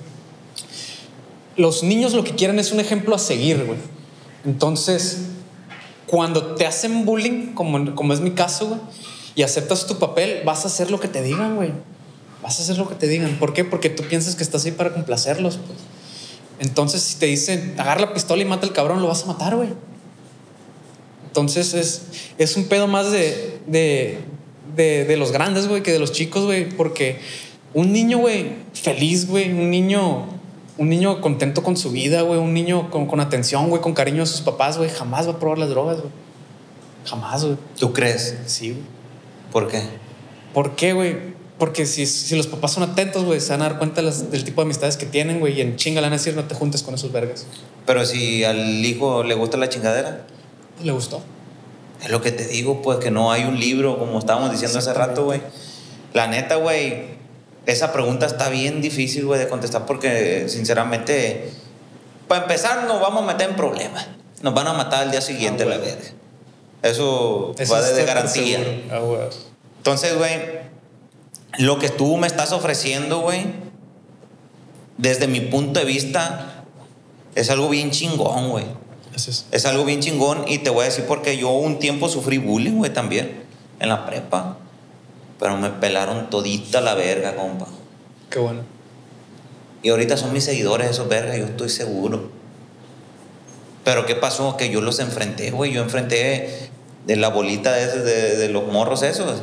Los niños lo que quieren es un ejemplo a seguir, güey. Entonces, cuando te hacen bullying, como es mi caso, güey, y aceptas tu papel, vas a hacer lo que te digan, güey. Vas a hacer lo que te digan. ¿Por qué? Porque tú piensas que estás ahí para complacerlos, pues. Entonces, si te dicen, agarra la pistola y mata al cabrón, lo vas a matar, güey. Entonces, es un pedo más de los grandes, güey, que de los chicos, güey. Porque un niño, güey, feliz, güey, un niño contento con su vida, güey, un niño con atención, güey, con cariño a sus papás, güey, jamás va a probar las drogas, güey. Jamás, güey. ¿Tú crees? Sí, güey. ¿Por qué? ¿Por qué, güey? Porque si los papás son atentos, güey, se van a dar cuenta del tipo de amistades que tienen, güey, y en chinga le van a decir, no te juntes con esos vergas. Pero si al hijo le gusta la chingadera, pues le gustó. Es lo que te digo, pues, que no hay un libro, como estábamos diciendo hace rato, güey. La neta, güey, esa pregunta está bien difícil, güey, de contestar, porque sinceramente, para empezar, nos vamos a meter en problemas. Nos van a matar al día siguiente, la verga. Eso va de garantía. Entonces, güey, lo que tú me estás ofreciendo, güey, desde mi punto de vista, es algo bien chingón, güey. Es algo bien chingón, y te voy a decir porque yo un tiempo sufrí bullying, güey, también, en la prepa. Pero me pelaron todita la verga, compa. Qué bueno. Y ahorita son mis seguidores esos vergas, yo estoy seguro. Pero ¿qué pasó? Que yo los enfrenté, güey. Yo enfrenté de la bolita de los morros esos.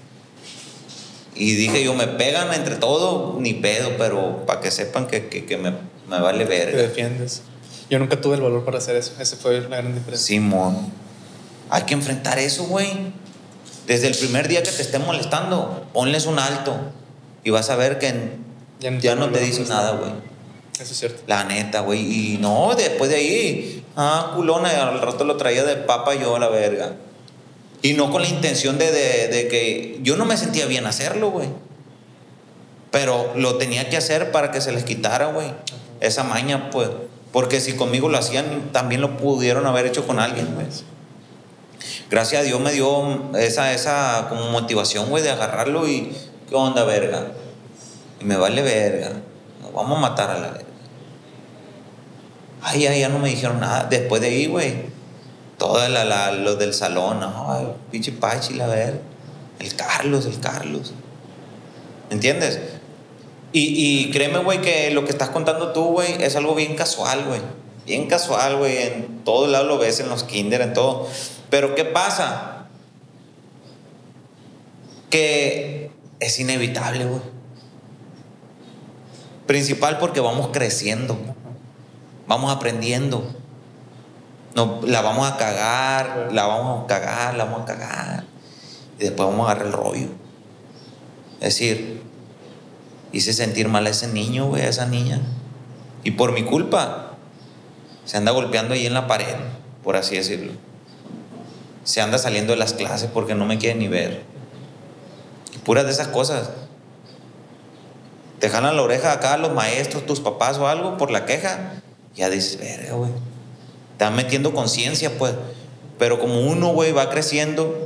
Y dije yo, me pegan entre todos, ni pedo, pero para que sepan que me vale verga. Te defiendes. Yo nunca tuve el valor para hacer eso. Esa fue la gran diferencia. Simón. Hay que enfrentar eso, güey. Desde el primer día que te estén molestando, ponles un alto y vas a ver que ya no te dicen nada, güey. Eso es cierto. La neta, güey. Y no, después de ahí, culona, y al rato lo traía de papa yo a la verga. Y no con la intención de que yo no me sentía bien hacerlo, güey. Pero lo tenía que hacer para que se les quitara, güey. Esa maña, pues. Porque si conmigo lo hacían, también lo pudieron haber hecho con alguien, güey. Gracias a Dios me dio esa como motivación, güey, de agarrarlo y ¿qué onda, verga? Y me vale verga. Nos vamos a matar a la verga. Ay, ya no me dijeron nada. Después de ahí, güey, todos los del salón, ay, pinche Pachi, la verga. El Carlos. ¿Me entiendes? Y créeme, güey, que lo que estás contando tú, güey, es algo bien casual, güey. Bien casual, güey. En todos lados lo ves, en los kinder, en todo. Pero ¿qué pasa? Que es inevitable, güey. Principal porque vamos creciendo. Vamos aprendiendo. No, la vamos a cagar. Y después vamos a agarrar el rollo. Es decir, hice sentir mal a ese niño, güey, a esa niña. Y por mi culpa se anda golpeando ahí en la pared, por así decirlo. Se anda saliendo de las clases porque no me quiere ni ver. Y puras de esas cosas. Te jalan la oreja acá los maestros, tus papás o algo por la queja. Ya dices, verga, güey. Te van metiendo conciencia, pues. Pero como uno, güey, va creciendo,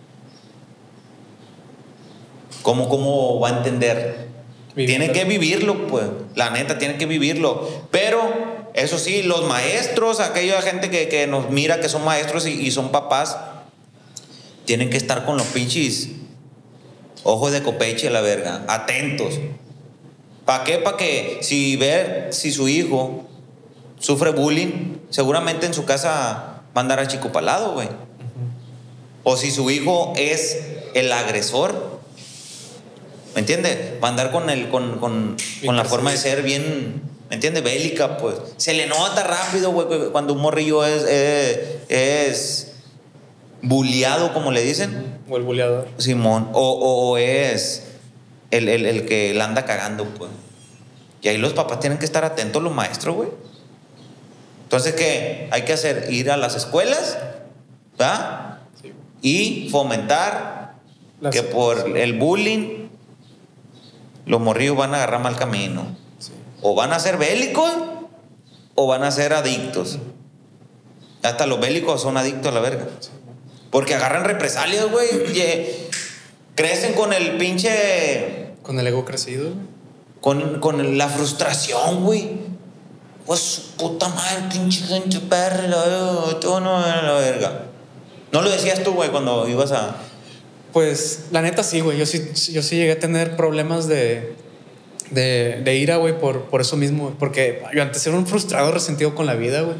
¿cómo va a entender? Tiene que vivirlo, pues. La neta, tiene que vivirlo. Pero, eso sí, los maestros, aquella gente que nos mira, que son maestros y son papás, tienen que estar con los pinches ojos de copeche, la verga. Atentos. ¿Para qué? Para que si su hijo sufre bullying, seguramente en su casa va a andar achicopalado, güey. O si su hijo es el agresor, ¿me entiendes? Va a andar con la forma de ser bien, ¿me entiendes? Bélica, pues. Se le nota rápido, güey, cuando un morrillo es bulleado, como le dicen. O el bulleador. Simón. O es el que la anda cagando, pues. Y ahí los papás tienen que estar atentos, los maestros, güey. Entonces, ¿qué hay que hacer? Ir a las escuelas, ¿verdad? Sí. Y fomentar que por el bullying los morrillos van a agarrar mal camino. Sí. O van a ser bélicos o van a ser adictos. Hasta los bélicos son adictos a la verga. Sí. Porque agarran represalias, güey. Crecen con el pinche... Con el ego crecido. Con la frustración, güey. Pues puta madre, pinche gente perra, todo no era la verga. ¿No lo decías tú, güey, cuando ibas a...? Pues, la neta sí, güey. Yo sí llegué a tener problemas de ira, güey, por eso mismo. Güey. Porque yo antes era un frustrado, resentido con la vida, güey.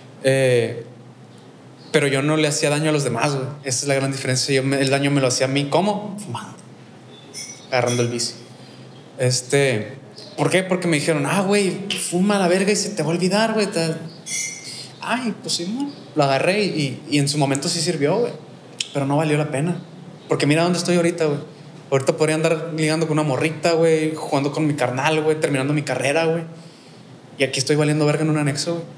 Pero yo no le hacía daño a los demás, güey. Esa es la gran diferencia. El daño me lo hacía a mí. ¿Cómo? Fumando. Agarrando el vicio. ¿Por qué? Porque me dijeron, güey, fuma a la verga y se te va a olvidar, güey. Ay, pues sí, man. Lo agarré y en su momento sí sirvió, güey. Pero no valió la pena. Porque mira dónde estoy ahorita, güey. Ahorita podría andar ligando con una morrita, güey, jugando con mi carnal, güey, terminando mi carrera, güey. Y aquí estoy valiendo verga en un anexo, güey.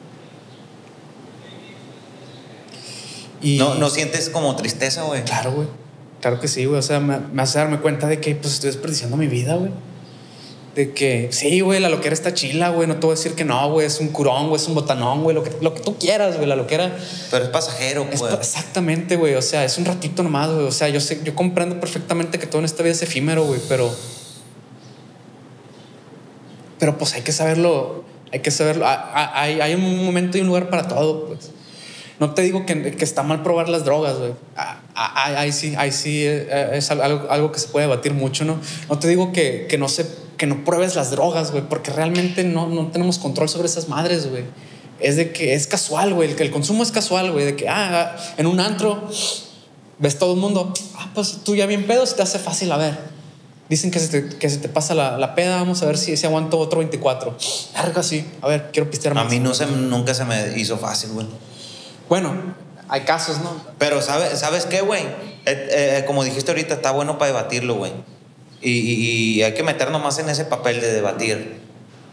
Y ¿No sientes como tristeza, güey? Claro, güey. Claro que sí, güey. O sea, me hace darme cuenta de que pues estoy desperdiciando mi vida, güey. De que sí, güey, la loquera está chila, güey. No te voy a decir que no, güey. Es un curón, güey. Es un botanón, güey. Lo que tú quieras, güey. La loquera. Pero es pasajero, güey. Exactamente, güey. O sea, es un ratito nomás, güey. O sea, yo comprendo perfectamente que todo en esta vida es efímero, güey. Pero pues hay que saberlo. Hay un momento y un lugar para todo, pues. No te digo que está mal probar las drogas, güey. Ahí sí es algo que se puede debatir mucho, ¿no? No te digo que no pruebes las drogas, güey, porque realmente no tenemos control sobre esas madres, güey. Es de que es casual, güey. El consumo es casual, güey. De que, en un antro ves todo el mundo. Pues tú ya bien pedo, se te hace fácil, a ver. Dicen que se te pasa la peda. Vamos a ver si aguanto otro 24. Larga, sí. A ver, quiero pistear más. A mí nunca se me hizo fácil, güey. Bueno, hay casos, ¿no? Pero ¿sabes qué, güey? Como dijiste ahorita, está bueno para debatirlo, güey. Y hay que meternos más en ese papel de debatir.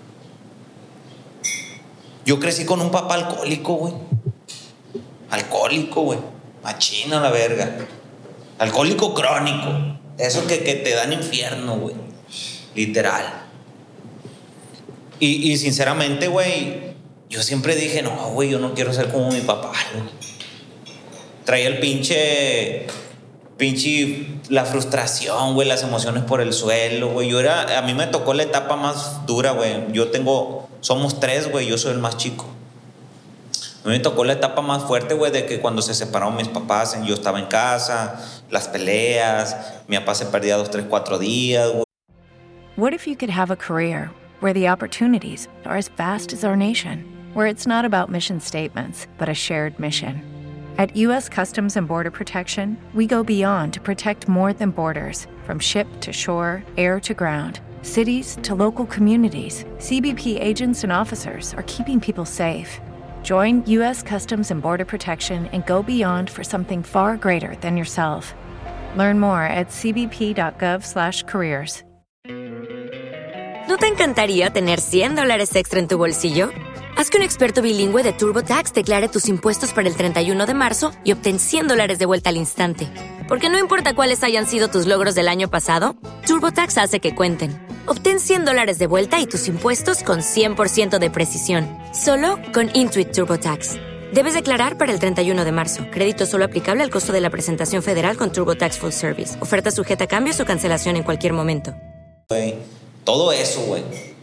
Yo crecí con un papá alcohólico, güey. Alcohólico, güey. Machina la verga. Alcohólico crónico. Eso que te dan infierno, güey. Literal. Y sinceramente, güey, yo siempre dije, no, güey, yo no quiero ser como mi papá, güey. Traía el pinche, la frustración, güey, las emociones por el suelo, güey. A mí me tocó la etapa más dura, güey. Somos 3, güey, yo soy el más chico. A mí me tocó la etapa más fuerte, güey, de que cuando se separaron mis papás, yo estaba en casa, las peleas, mi papá se perdía 2, 3, 4 días, güey. What if you could have a career where the opportunities are as vast as our nation, where it's not about mission statements, but a shared mission? At U.S. Customs and Border Protection, we go beyond to protect more than borders. From ship to shore, air to ground, cities to local communities, CBP agents and officers are keeping people safe. Join U.S. Customs and Border Protection and go beyond for something far greater than yourself. Learn more at cbp.gov/careers. ¿No te encantaría tener $100 extra en tu bolsillo? Haz que un experto bilingüe de TurboTax declare tus impuestos para el 31 de marzo y obtén $100 de vuelta al instante. Porque no importa cuáles hayan sido tus logros del año pasado, TurboTax hace que cuenten. Obtén $100 de vuelta y tus impuestos con 100% de precisión. Solo con Intuit TurboTax. Debes declarar para el 31 de marzo. Crédito solo aplicable al costo de la presentación federal con TurboTax Full Service. Oferta sujeta a cambios o cancelación en cualquier momento. Güey, todo eso, güey.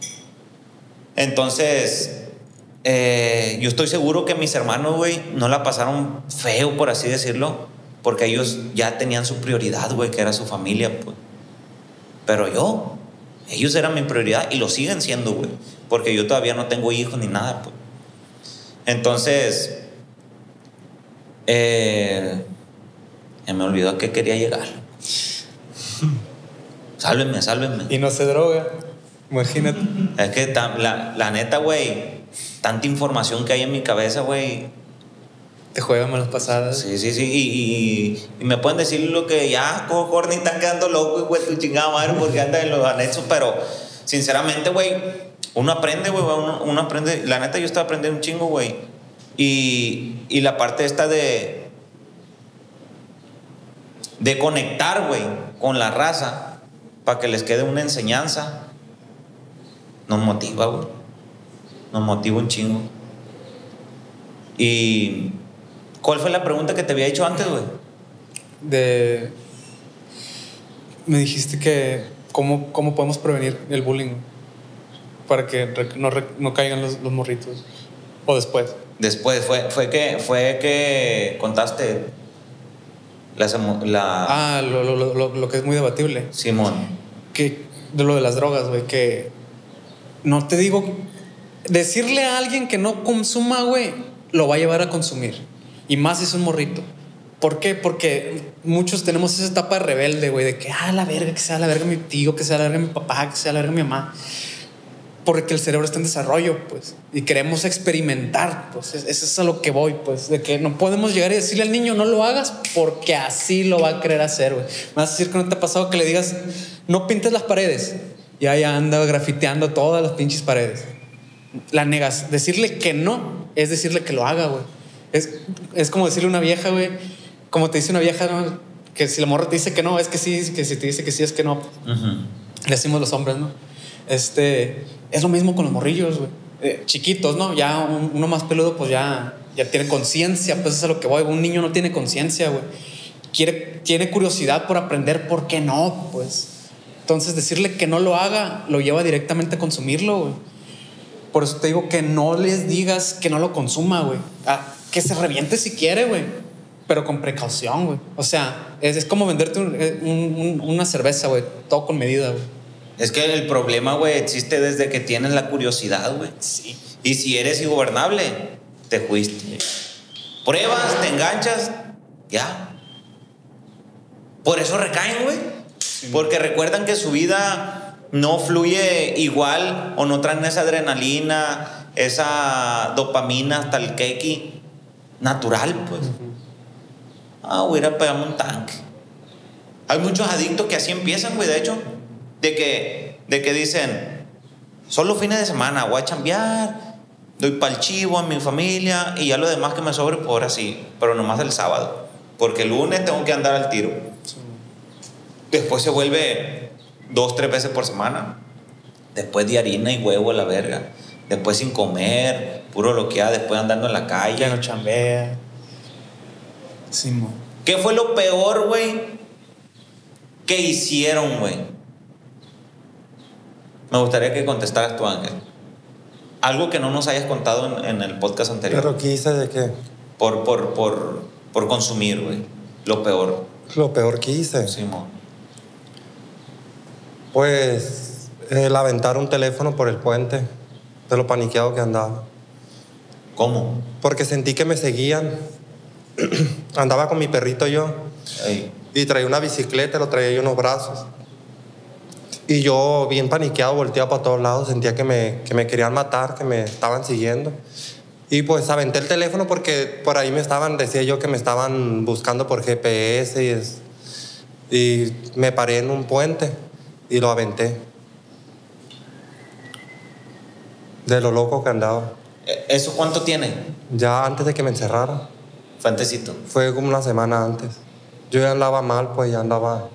Entonces, yo estoy seguro que mis hermanos, güey, no la pasaron feo, por así decirlo, porque ellos ya tenían su prioridad, güey, que era su familia, pues. Pero ellos eran mi prioridad y lo siguen siendo, güey, porque yo todavía no tengo hijos ni nada, pues. Entonces, me olvidó a qué quería llegar. Sálvenme. Y no se droga, imagínate. Es que la neta, güey, tanta información que hay en mi cabeza, güey. Te juegan malas pasadas. Sí. Y me pueden decir lo que ya, Corny, están quedando locos, güey, tu chingada madre, porque andan en los anexos. Pero, sinceramente, güey, uno aprende, güey. Uno aprende. La neta, yo estoy aprendiendo un chingo, güey. Y la parte esta de conectar, güey, con la raza para que les quede una enseñanza, nos motiva, güey. Nos motiva un chingo. ¿Y cuál fue la pregunta que te había hecho antes, güey? Me dijiste que cómo podemos prevenir el bullying para que no caigan los morritos. ¿O después? Después fue que contaste lo que es muy debatible. Simón. Que de lo de las drogas, güey, que no te digo, decirle a alguien que no consuma, güey, lo va a llevar a consumir. Y más si es un morrito. ¿Por qué? Porque muchos tenemos esa etapa rebelde, güey, de que la verga, que sea la verga mi tío, que sea la verga mi papá, que sea la verga mi mamá. Porque el cerebro está en desarrollo, pues, y queremos experimentar, pues, eso es a lo que voy, pues, de que no podemos llegar y decirle al niño no lo hagas porque así lo va a querer hacer, güey. Me vas a decir que no te ha pasado que le digas no pintes las paredes y ahí anda grafiteando todas las pinches paredes. La negas. Decirle que no es decirle que lo haga, güey. Es como decirle a una vieja, güey, como te dice una vieja, ¿no? Que si la morra te dice que no, es que sí, que si te dice que sí, es que no. Uh-huh. Le decimos los hombres, ¿no? Es lo mismo con los morrillos, güey. Chiquitos, ¿no? Ya uno más peludo, pues ya tiene conciencia, pues eso es a lo que voy. Un niño no tiene conciencia, güey. Tiene curiosidad por aprender, ¿por qué no? Pues entonces decirle que no lo haga lo lleva directamente a consumirlo, güey. Por eso te digo que no les digas que no lo consuma, güey. Que se reviente si quiere, güey, pero con precaución, güey. O sea, es como venderte una cerveza, güey, todo con medida, güey. Es que el problema, güey, existe desde que tienes la curiosidad, güey. Sí. Y si eres ingobernable, te fuiste. Pruebas, te enganchas, ya. Por eso recaen, güey. Sí. Porque recuerdan que su vida no fluye igual o no traen esa adrenalina, esa dopamina hasta el keki natural, pues. Voy a ir a pegarme un tanque. Hay muchos adictos que así empiezan, güey, de hecho. De que dicen, solo fines de semana voy a chambear, doy pa'l chivo a mi familia y ya lo demás que me sobre, pues ahora sí, pero nomás el sábado, porque el lunes tengo que andar al tiro. Sí. Después se vuelve 2-3 veces por semana, después de harina y huevo a la verga, después sin comer, puro loqueada, después andando en la calle. Ya no chambea. Sí, mo. ¿Qué fue lo peor, güey, que hicieron, güey? Me gustaría que contestaras tú, Ángel. Algo que no nos hayas contado en el podcast anterior. ¿Pero qué hice de qué? Por consumir, güey. Lo peor. Lo peor que hice. Sí, mo. Pues el aventar un teléfono por el puente, de lo paniqueado que andaba. ¿Cómo? Porque sentí que me seguían. Andaba con mi perrito yo. Ey. Y traía una bicicleta, lo traía yo en los brazos. Y yo, bien paniqueado, volteaba para todos lados. Sentía que me querían matar, que me estaban siguiendo. Y pues aventé el teléfono porque por ahí decía yo que me estaban buscando por GPS. Y me paré en un puente y lo aventé. De lo loco que andaba. ¿Eso cuánto tiene? Ya antes de que me encerraran. Fantecito. Fue como una semana antes. Yo ya andaba mal, pues ya andaba...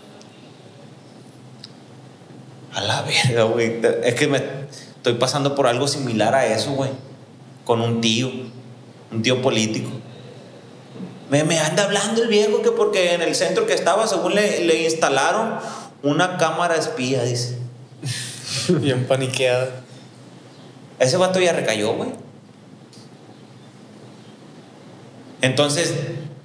A la verga, güey. Es que estoy pasando por algo similar a eso, güey. Con un tío político. Me anda hablando el viejo que porque en el centro que estaba, según le instalaron una cámara espía, dice. Bien paniqueada. Ese vato ya recayó, güey. Entonces,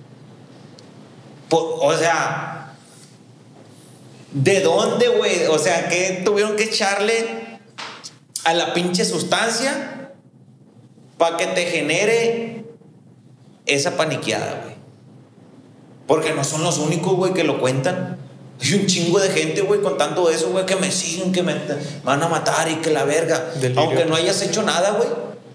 o sea, ¿de dónde, güey? O sea, ¿qué tuvieron que echarle a la pinche sustancia para que te genere esa paniqueada, güey? Porque no son los únicos, güey, que lo cuentan. Hay un chingo de gente, güey, contando eso, güey, que me siguen, que me van a matar y que la verga. Delirio. Aunque no hayas hecho nada, güey.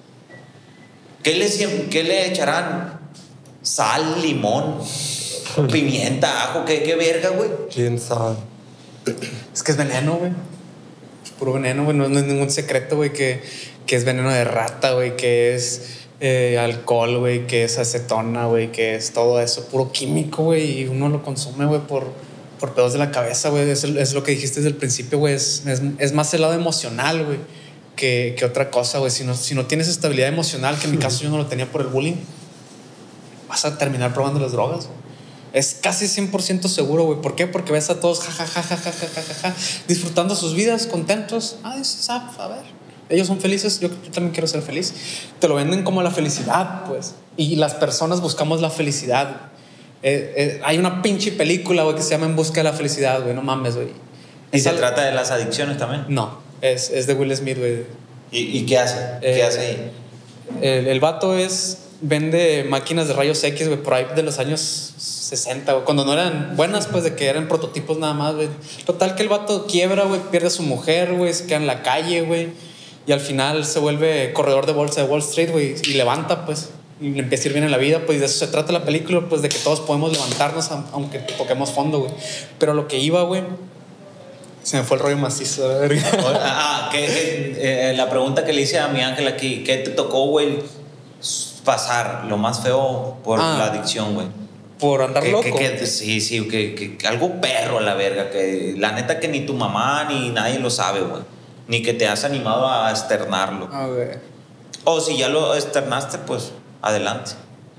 ¿Qué le echarán? Sal, limón, pimienta, ajo, ¿qué verga, güey? ¿Quién sabe? Es que es veneno, güey. Es puro veneno, güey. No es ningún secreto, güey, que es veneno de rata, güey, que es alcohol, güey, que es acetona, güey, que es todo eso, puro químico, güey, y uno lo consume, güey, por pedos de la cabeza, güey. Es lo que dijiste desde el principio, güey. Es más el lado emocional, güey, que otra cosa, güey. Si no tienes estabilidad emocional, que en mi caso yo no lo tenía por el bullying, vas a terminar probando las drogas, güey. Es casi 100% seguro, güey. ¿Por qué? Porque ves a todos disfrutando sus vidas, contentos. Dices, a ver, ellos son felices, yo también quiero ser feliz. Te lo venden como la felicidad, pues. Y las personas buscamos la felicidad. Hay una pinche película, güey, que se llama En busca de la felicidad, güey. No mames, güey. ¿Y se trata de las adicciones también? No, es de Will Smith, güey. ¿Y qué hace? ¿Qué hace ahí? El vato vende máquinas de rayos X, güey, por ahí de los años 60, güey, cuando no eran buenas, pues, de que eran prototipos nada más, güey. Total que el vato quiebra, güey, pierde a su mujer, güey, se queda en la calle, güey, y al final se vuelve corredor de bolsa de Wall Street, güey, y levanta, pues, y le empieza a ir bien en la vida, pues, y de eso se trata la película, pues, de que todos podemos levantarnos aunque toquemos fondo, güey. Pero lo que iba, güey, se me fue el rollo macizo, la verga. La pregunta que le hice a mi Ángel aquí, ¿qué te tocó, güey, pasar lo más feo por la adicción, güey? Por andar loco. Sí, que algo perro a la verga, que la neta que ni tu mamá ni nadie lo sabe, güey. Ni que te has animado a externarlo. A ver. O si ya lo externaste, pues adelante.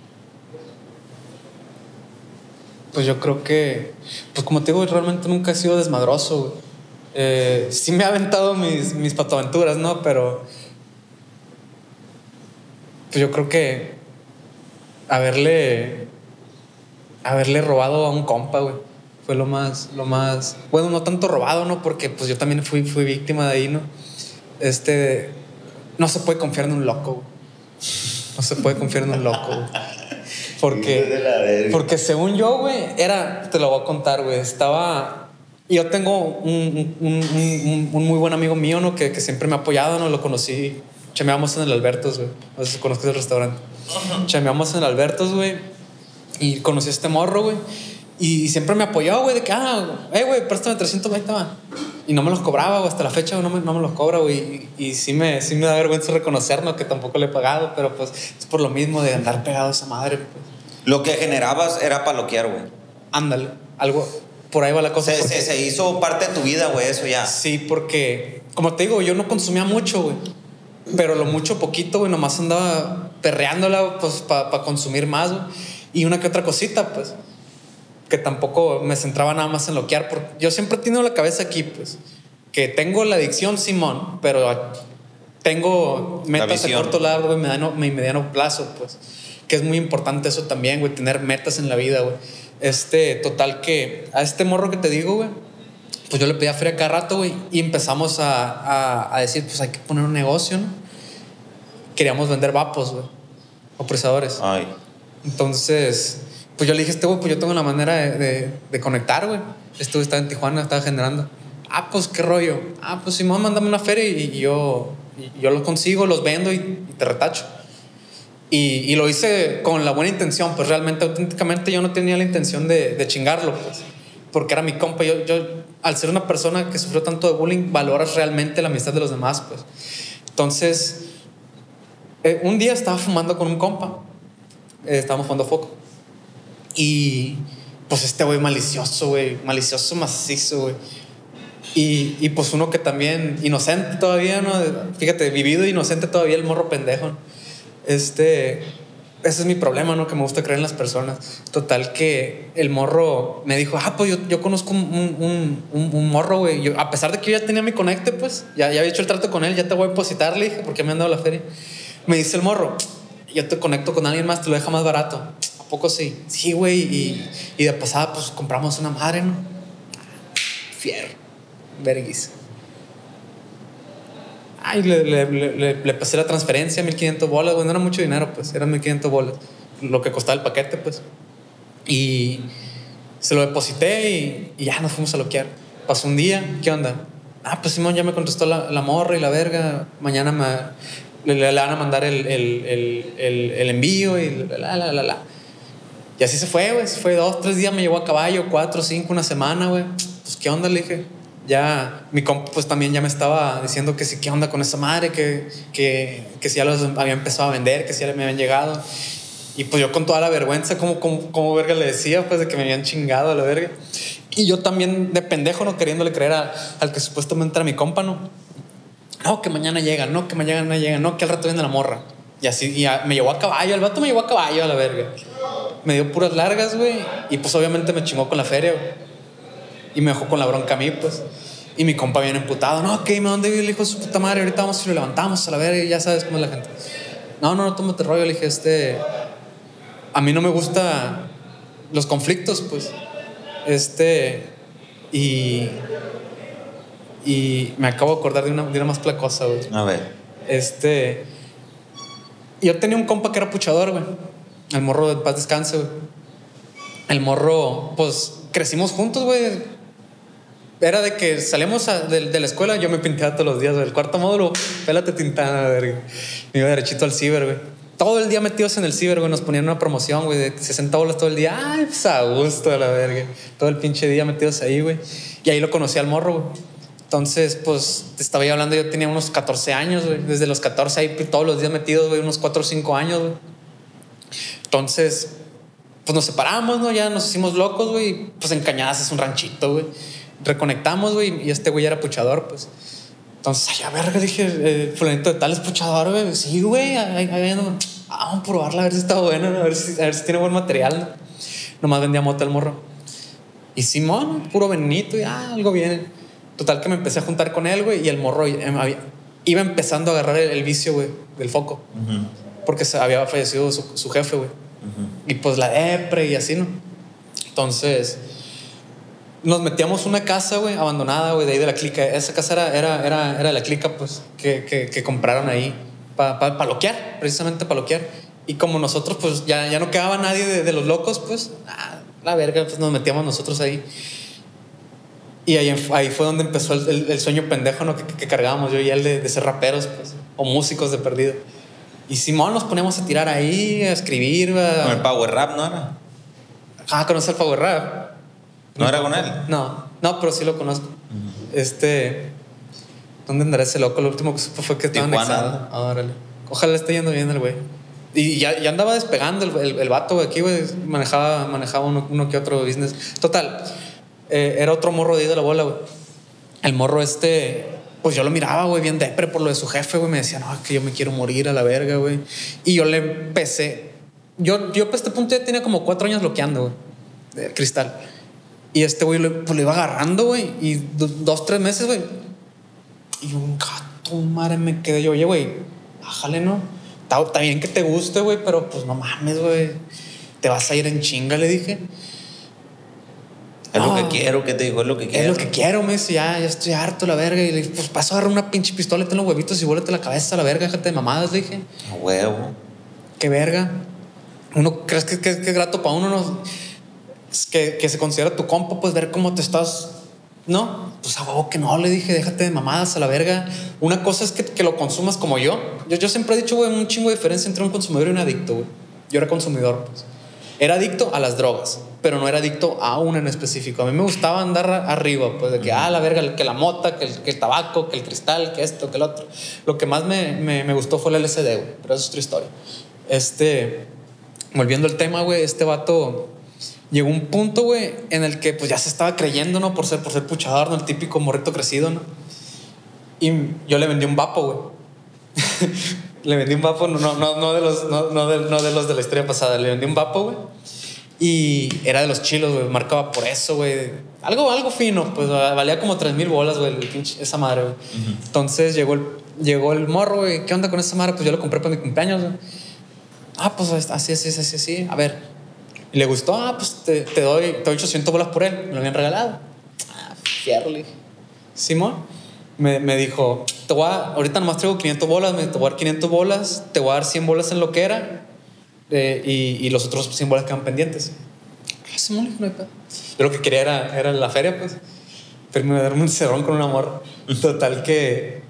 Pues yo creo que, pues como te digo, realmente nunca he sido desmadroso, güey. Sí me ha aventado mis patoaventuras, ¿no? Pero pues yo creo que haberle robado a un compa, güey, fue lo más, bueno, no tanto robado, ¿no? Porque pues yo también fui víctima de ahí, ¿no? No se puede confiar en un loco, güey. No se puede confiar en un loco, güey. Porque según yo, güey, te lo voy a contar, güey. Yo tengo un muy buen amigo mío, ¿no? Que siempre me ha apoyado, ¿no? Lo conocí, chameamos en el Albertos, güey. No sé si conozcas el restaurante. Chameamos en el Albertos, güey. Y conocí a este morro, güey. Y siempre me apoyó, güey, de que, güey, préstame 320, va. Y no me los cobraba, güey, hasta la fecha no me los cobra, güey. Y sí me da vergüenza reconocerlo, que tampoco le he pagado, pero pues es por lo mismo de andar pegado a esa madre, pues. Lo que generabas era para loquear, güey. Ándale, algo, por ahí va la cosa. Se hizo parte de tu vida, güey, eso ya. Sí, porque, como te digo, yo no consumía mucho, güey. Pero lo mucho poquito, güey, nomás andaba perreándola, pues, para consumir más, güey. Y una que otra cosita, pues, que tampoco me centraba nada más en loquear, porque yo siempre he tenido la cabeza aquí, pues, que tengo la adicción, Simón, pero tengo metas a corto, largo y mediano plazo, pues, que es muy importante eso también, güey, tener metas en la vida, güey. Total que a este morro que te digo, güey, pues yo le pedía feria cada rato, güey, y empezamos a decir, pues hay que poner un negocio, ¿no? Queríamos vender vapos, güey, vaporizadores. Ay. Entonces, pues yo le dije, güey, pues yo tengo una manera de conectar, güey. Estaba en Tijuana, estaba generando. Pues qué rollo. Pues Simón, mándame una feria y yo lo consigo, los vendo y te retacho. Y lo hice con la buena intención, pues realmente, auténticamente yo no tenía la intención de chingarlo, pues, porque era mi compa. Yo, al ser una persona que sufrió tanto de bullying, valoras realmente la amistad de los demás, pues. Entonces, un día estaba fumando con un compa, estábamos jugando foco, y pues güey malicioso macizo, güey. Y pues uno que también inocente todavía, ¿no? Fíjate, vivido inocente todavía, el morro pendejo, ¿no? Ese es mi problema, ¿no? Que me gusta creer en las personas. Total que el morro me dijo, pues yo conozco un morro, güey. A pesar de que yo ya tenía mi conecte, pues, ya había hecho el trato con él, ya te voy a depositar, le dije, porque me han dado la feria. Me dice el morro, yo te conecto con alguien más, te lo deja más barato. ¿A poco sí? Sí, güey. Y de pasada, pues, compramos una madre, ¿no? Fierro. Verguis. Le pasé la transferencia, 1,500 bolas, güey, no era mucho dinero, pues, eran 1,500 bolas, lo que costaba el paquete, pues. Y se lo deposité y ya nos fuimos a loquear. Pasó un día, ¿qué onda? Pues Simón ya me contestó la morra y la verga, mañana le van a mandar el envío y la. Y así se fue, güey, se fue 2, 3 días, me llevó a caballo, 4, 5, una semana, güey. Pues, ¿qué onda? Le dije. Ya mi compa pues también ya me estaba diciendo que sí, qué onda con esa madre, que si ya los había empezado a vender, que si ya me habían llegado. Y pues yo con toda la vergüenza, como verga le decía, pues de que me habían chingado a la verga. Y yo también de pendejo, no queriéndole creer al que supuestamente era mi compa, ¿no? No, que mañana llega, no, que mañana llega, no, que al rato viene la morra. Y así, me llevó a caballo, el vato me llevó a caballo a la verga. Me dio puras largas, güey. Y pues obviamente me chingó con la feria, güey. Y me dejó con la bronca a mí, pues. Y mi compa bien emputado. No, ¿qué? ¿Me dónde vive el hijo de su puta madre? Ahorita vamos y lo levantamos a la verga y ya sabes cómo es la gente. No, tómate rollo. Le dije, a mí no me gustan los conflictos, pues. Y me acabo de acordar de una más placosa, güey. A ver. Yo tenía un compa que era puchador, güey. El morro de paz descanse, güey. El morro, pues, crecimos juntos, güey. Era de que salíamos de la escuela, yo me pinteaba todos los días, güey. El cuarto módulo, pélate tintana, verga. Me iba derechito al ciber, güey. Todo el día metidos en el ciber, güey. Nos ponían una promoción, güey, de 60 bolas todo el día. Ay, pues a gusto, a la verga. Todo el pinche día metidos ahí, güey. Y ahí lo conocí al morro, güey. Entonces, pues, te estaba yo hablando, yo tenía unos 14 años, güey. Desde los 14 ahí todos los días metidos, güey, unos 4 o 5 años, güey. Entonces, pues nos separamos, ¿no? Ya nos hicimos locos, güey. Pues en Cañadas es un ranchito, güey. Reconectamos, güey, y este güey era puchador, pues. Entonces, ay, a ver, dije, fulanito de tal es puchador, güey. Sí, güey, vamos a probarla, a ver si está buena, a ver si tiene buen material, ¿no? Nomás vendía mota el morro. Y Simón, puro venenito, y algo bien. Total que me empecé a juntar con él, güey, y el morro iba empezando a agarrar el vicio, güey, del foco. Uh-huh. Porque había fallecido su jefe, güey. Uh-huh. Y pues la depre y así, ¿no? Entonces nos metíamos una casa, güey, abandonada, güey, de ahí de la clica. Esa casa era de la clica, pues, que compraron ahí para loquear, precisamente para loquear. Y como nosotros, pues, ya no quedaba nadie de los locos, pues, la verga, pues nos metíamos nosotros ahí. Y ahí fue donde empezó el sueño pendejo, ¿no? que cargábamos yo y él de ser raperos, pues, o músicos de perdido. Y Simón nos poníamos a tirar ahí, a escribir. ¿Con el Power Rap, no era? ¿Conoces el Power Rap? ¿No era con él? No, pero sí lo conozco. Uh-huh. ¿Dónde andará ese loco? Lo último que supo fue que estaba anexado. Órale. Ojalá le esté yendo bien el güey. Y ya andaba despegando el vato, güey. Aquí, güey, manejaba uno que otro business. Total, era otro morro de ahí de la bola, güey. El morro pues yo lo miraba, güey, bien depre por lo de su jefe, güey. Me decía, no, es que yo me quiero morir a la verga, güey. Y yo le empecé. Yo para este punto ya tenía como 4 años bloqueando, güey, de cristal. Y este güey pues, le iba agarrando, güey. Y 2, 3 meses, güey. Y un gato, madre, me quedé yo, oye, güey, bájale, ¿no? Está bien que te guste, güey, pero pues no mames, güey. Te vas a ir en chinga, le dije. Es lo que quiero, ¿qué te dijo? Es lo que quiero. Es lo que quiero, me dice, ya estoy harto, la verga. Y le dije, pues paso a agarrar una pinche pistola en los huevitos y vuélvete la cabeza a la verga, déjate de mamadas, le dije. A huevo. Qué verga. Uno, ¿crees que es grato para uno? No? Es que se considera tu compa, pues ver cómo te estás. No, pues a huevo que no, le dije, déjate de mamadas a la verga. Una cosa es que lo consumas como yo. Yo siempre he dicho, güey, un chingo de diferencia entre un consumidor y un adicto, güey. Yo era consumidor, pues. Era adicto a las drogas, pero no era adicto a una en específico. A mí me gustaba andar arriba, pues de que, la verga, que la mota, que el tabaco, que el cristal, que esto, que el otro. Lo que más me gustó fue el LSD, güey, pero eso es otra historia. Volviendo al tema, güey, este vato llegó un punto, güey, en el que pues ya se estaba creyendo, ¿no? Por ser puchador, ¿no? El típico morrito crecido, ¿no? Y yo le vendí un vapo, güey. Le vendí un vapo, no de los de la historia pasada. Le vendí un vapo, güey. Y era de los chilos, güey. Marcaba por eso, güey. Algo fino, pues valía como 3,000 bolas, güey. Esa madre, güey. Uh-huh. Entonces llegó el morro, güey. ¿Qué onda con esa madre? Pues yo lo compré para mi cumpleaños, güey. Pues así. A ver. Y le gustó. Pues te doy 800 bolas por él. Me lo habían regalado. Fierro, le dije. Simón. Me dijo, ahorita nomás traigo 500 bolas, te voy a dar 500 bolas, te voy a dar 100 bolas en lo que era, y los otros 100 bolas quedan pendientes. No hay pedo. Yo lo que quería era la feria, pues. Pero me darme un cerrón con una morra. Total que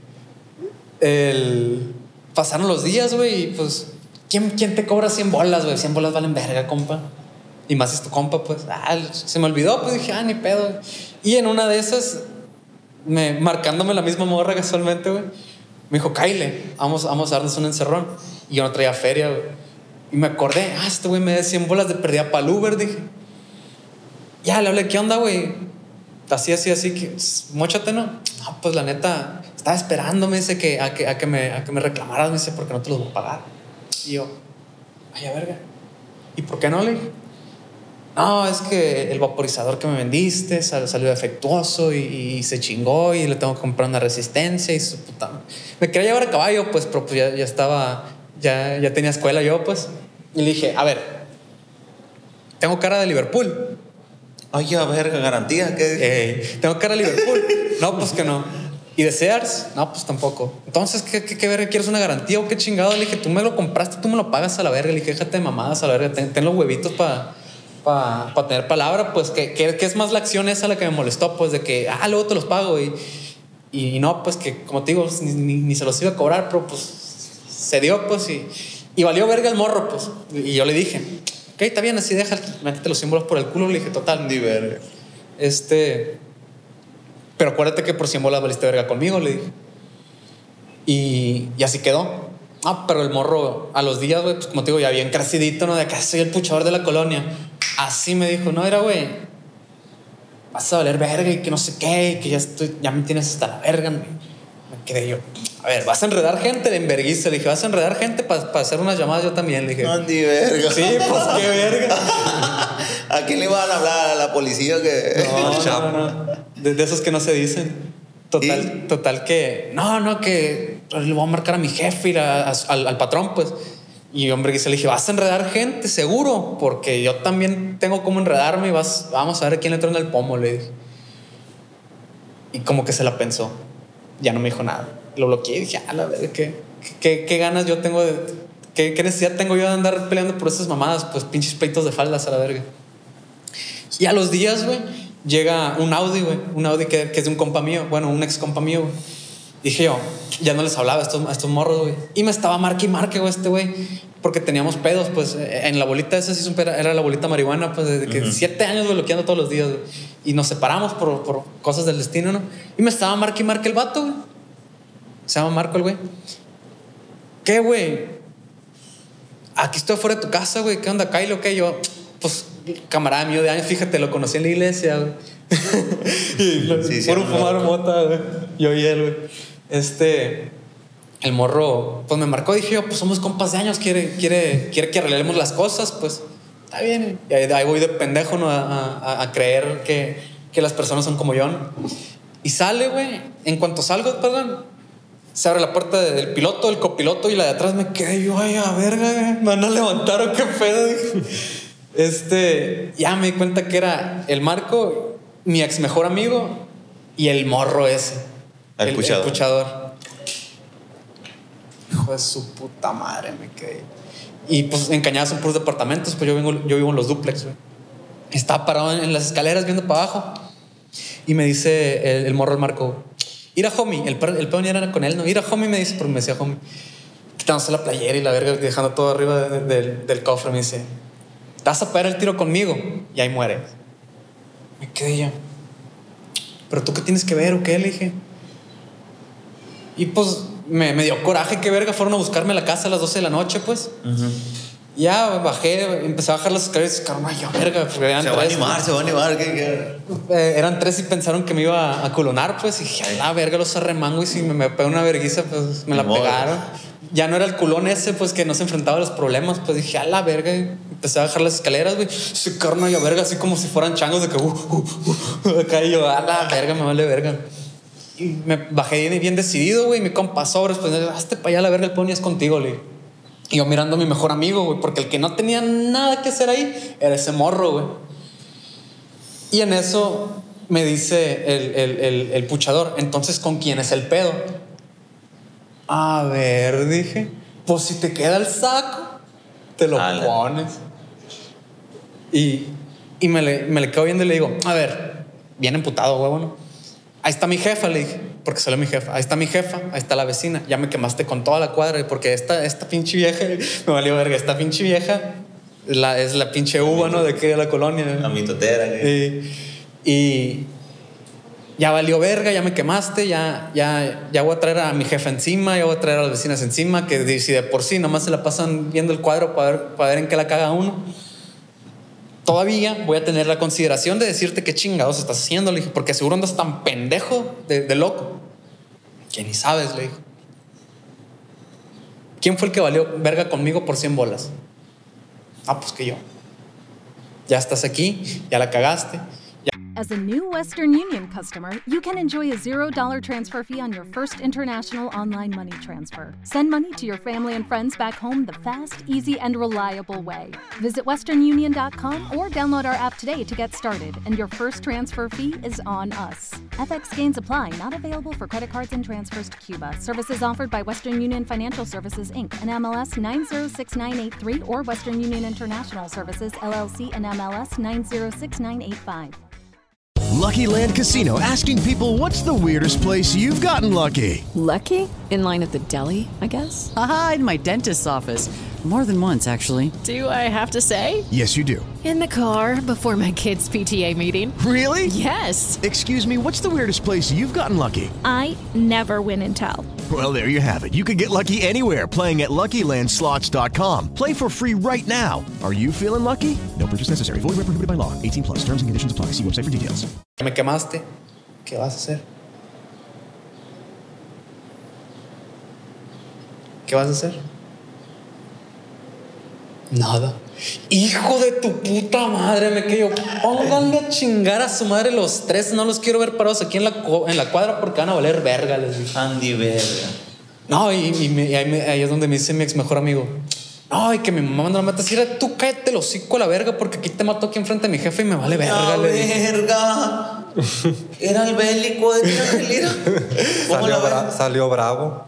pasaron los días, güey, y pues ¿quién te cobra 100 bolas, güey? 100 bolas valen verga, compa. Y más es tu compa, pues. Se me olvidó, pues dije, ni pedo. Y en una de esas, marcándome la misma morra casualmente, güey, me dijo, Kyle, vamos a darnos un encerrón. Y yo no traía feria, güey. Y me acordé, este güey me da 100 bolas de pérdida para el Uber, dije. Ya, le hablé, ¿qué onda, güey? Así, que móchate, ¿no? No, pues la neta, estaba esperando, me dice, a que me reclamaras, me dice, porque no te los voy a pagar. Y yo, a verga. ¿Y por qué no, le dije? No, es que el vaporizador que me vendiste salió defectuoso y se chingó y le tengo que comprar una resistencia y su puta. Me quería llevar a caballo, pues, pero pues ya estaba, ya tenía escuela yo, pues. Y le dije, a ver, tengo cara de Liverpool. Oye, a ver, garantía. Tengo cara de Liverpool. No, pues que no. ¿Y de Sears? No, pues tampoco. Entonces, ¿qué verga? ¿Quieres una garantía o qué chingado? Le dije, tú me lo compraste, tú me lo pagas a la verga. Le dije, déjate de mamadas a la verga. Ten los huevitos para tener palabra, pues que es más la acción esa la que me molestó, pues de que luego te los pago y no, pues que como te digo, ni se los iba a cobrar, pero pues se dio, pues y valió verga el morro, pues. Y yo le dije, ok, está bien, así deja, métete los símbolos por el culo. Le dije, total, ni verga. Pero acuérdate que por 100 bolas valiste verga conmigo, le dije. Y así quedó. Pero el morro a los días, güey, pues como te digo, ya bien crecidito, ¿no? De acá soy el puchador de la colonia. Así me dijo, no, era, güey, vas a valer verga y que no sé qué, y que ya me tienes hasta la verga. Me quedé yo, a ver, vas a enredar gente de enverguiza. Le dije, vas a enredar gente para hacer unas llamadas yo también. Le dije, Andy, verga. Sí, pues qué verga. ¿A quién le iban a hablar? ¿A la policía? Que no. De esos que no se dicen. Total que no, que le voy a marcar a mi jefe y al patrón, pues. Y hombre, le dije, vas a enredar gente, seguro, porque yo también tengo como enredarme y vamos a ver a quién le truena el pomo, le dije. Y como que se la pensó. Ya no me dijo nada. Lo bloqueé y dije, la verdad, ¿qué ganas yo tengo qué necesidad tengo yo de andar peleando por esas mamadas? Pues pinches pleitos de faldas a la verga. Y a los días, güey, llega un Audi, güey. Un Audi que es de un compa mío, bueno, un ex compa mío, güey. Dije yo, ya no les hablaba a estos morros, güey. Y me estaba marque y marque, güey, güey. Porque teníamos pedos, pues. En la bolita esa sí era la bolita marihuana, pues, desde que 7 años, güey, bloqueando todos los días, güey. Y nos separamos por cosas del destino, ¿no? Y me estaba marque y marque el vato, güey. Se llama Marco el güey. ¿Qué, güey? Aquí estoy afuera de tu casa, güey. ¿Qué onda, Kyle? ¿Qué? Yo, pues, camarada mío de años, fíjate, lo conocí en la iglesia, güey. Y fueron fumar mota, güey. Yo y él, güey. El morro, pues me marcó, dije yo, pues somos compas de años, quiere que arreglemos las cosas, pues está bien. Y ahí voy de pendejo, ¿no? A creer que las personas son como yo, ¿no? Y sale, güey. En cuanto salgo, perdón, se abre la puerta del piloto, del copiloto, y la de atrás me quedé yo, ay, a verga, güey. Me van a levantar o qué pedo, dije. Ya me di cuenta que era el Marco, mi ex mejor amigo, y el morro ese. El puchador. Hijo de su puta madre, me quedé. Y pues en Cañada son puros departamentos, pues yo vivo en los duplex, güey. Estaba parado en las escaleras viendo para abajo y me dice el morro, el Marco, ir a homie, el pedo ni era con él, no, ir a homie, me dice, porque me decía homie, quitándose la playera y la verga, dejando todo arriba del cofre, me dice, ¿te vas a pegar el tiro conmigo? Y ahí muere. Me quedé yo, ¿pero tú qué tienes que ver o qué? Le dije. Y pues me dio coraje, que verga, fueron a buscarme a la casa a las 12 de la noche, pues. Ya bajé, empecé a bajar las escaleras y caramba, yo, verga, porque eran tres. Se va a animar. Eran tres y pensaron que me iba a culonar, pues. Y dije, a la verga, los arremango. Y si me pegó una verguiza, pues me la pegaron. Ya no era el culón ese, pues, que no se enfrentaba a los problemas. Pues dije, a la verga. Y empecé a bajar las escaleras, güey. Sí, caramba, yo, verga, así como si fueran changos de que acá, y yo, a la verga, me vale verga. Y me bajé bien decidido, güey. Mi compa sobres, pues, hazte para allá, la verga, el pony es contigo, le. Y yo mirando a mi mejor amigo, güey, porque el que no tenía nada que hacer ahí era ese morro, güey. Y en eso me dice el puchador, entonces, ¿con quién es el pedo? A ver, dije, pues si te queda el saco, te lo pones. Y me le quedo viendo y le digo, a ver, bien emputado, güey, bueno. Ahí está mi jefa, le dije, porque salió mi jefa. Ahí está mi jefa, ahí está la vecina. Ya me quemaste con toda la cuadra, porque esta pinche vieja, me valió verga, esta pinche vieja es la pinche uva, ¿no? De aquí de la colonia. La mitotera. Y ya valió verga, ya me quemaste, ya voy a traer a mi jefa encima, ya voy a traer a las vecinas encima, que si de por sí nomás se la pasan viendo el cuadro para ver en qué la caga uno. Todavía voy a tener la consideración de decirte qué chingados estás haciendo, le dije, porque seguro andas tan pendejo de loco que ni sabes, le dije. ¿Quién fue el que valió verga conmigo por 100 bolas? Ah, pues que yo. Ya estás aquí, ya la cagaste. As a new Western Union customer, you can enjoy a $0 transfer fee on your first international online money transfer. Send money to your family and friends back home the fast, easy, and reliable way. Visit westernunion.com or download our app today to get started, and your first transfer fee is on us. FX gains apply, not available for credit cards and transfers to Cuba. Services offered by Western Union Financial Services, Inc., and MLS 906983, or Western Union International Services, LLC, and MLS 906985. Lucky Land Casino, asking people, what's the weirdest place you've gotten lucky? Lucky? In line at the deli, I guess? Aha, in my dentist's office. More than once, actually. Do I have to say? Yes, you do. In the car before my kids' PTA meeting. Really? Yes. Excuse me, what's the weirdest place you've gotten lucky? I never win and tell. Well, there you have it. You can get lucky anywhere, playing at LuckyLandSlots.com. Play for free right now. Are you feeling lucky? No purchase necessary. Void where prohibited by law. 18 plus. Terms and conditions apply. See website for details. Me quemaste. ¿Qué vas a hacer? ¿Qué vas a hacer? Nada. Hijo de tu puta madre, me quedo. Pónganle a chingar a su madre los tres. No los quiero ver parados aquí en la cuadra porque van a valer verga, les dije. Andy, verga. No, ahí es donde me dice mi ex mejor amigo. No, y que mi mamá no la mata. Si era tú, cállate el hocico a la verga, porque aquí te mató aquí enfrente de mi jefe y me vale verga. La verga. Era el bélico de Tirangelira. Salió bravo.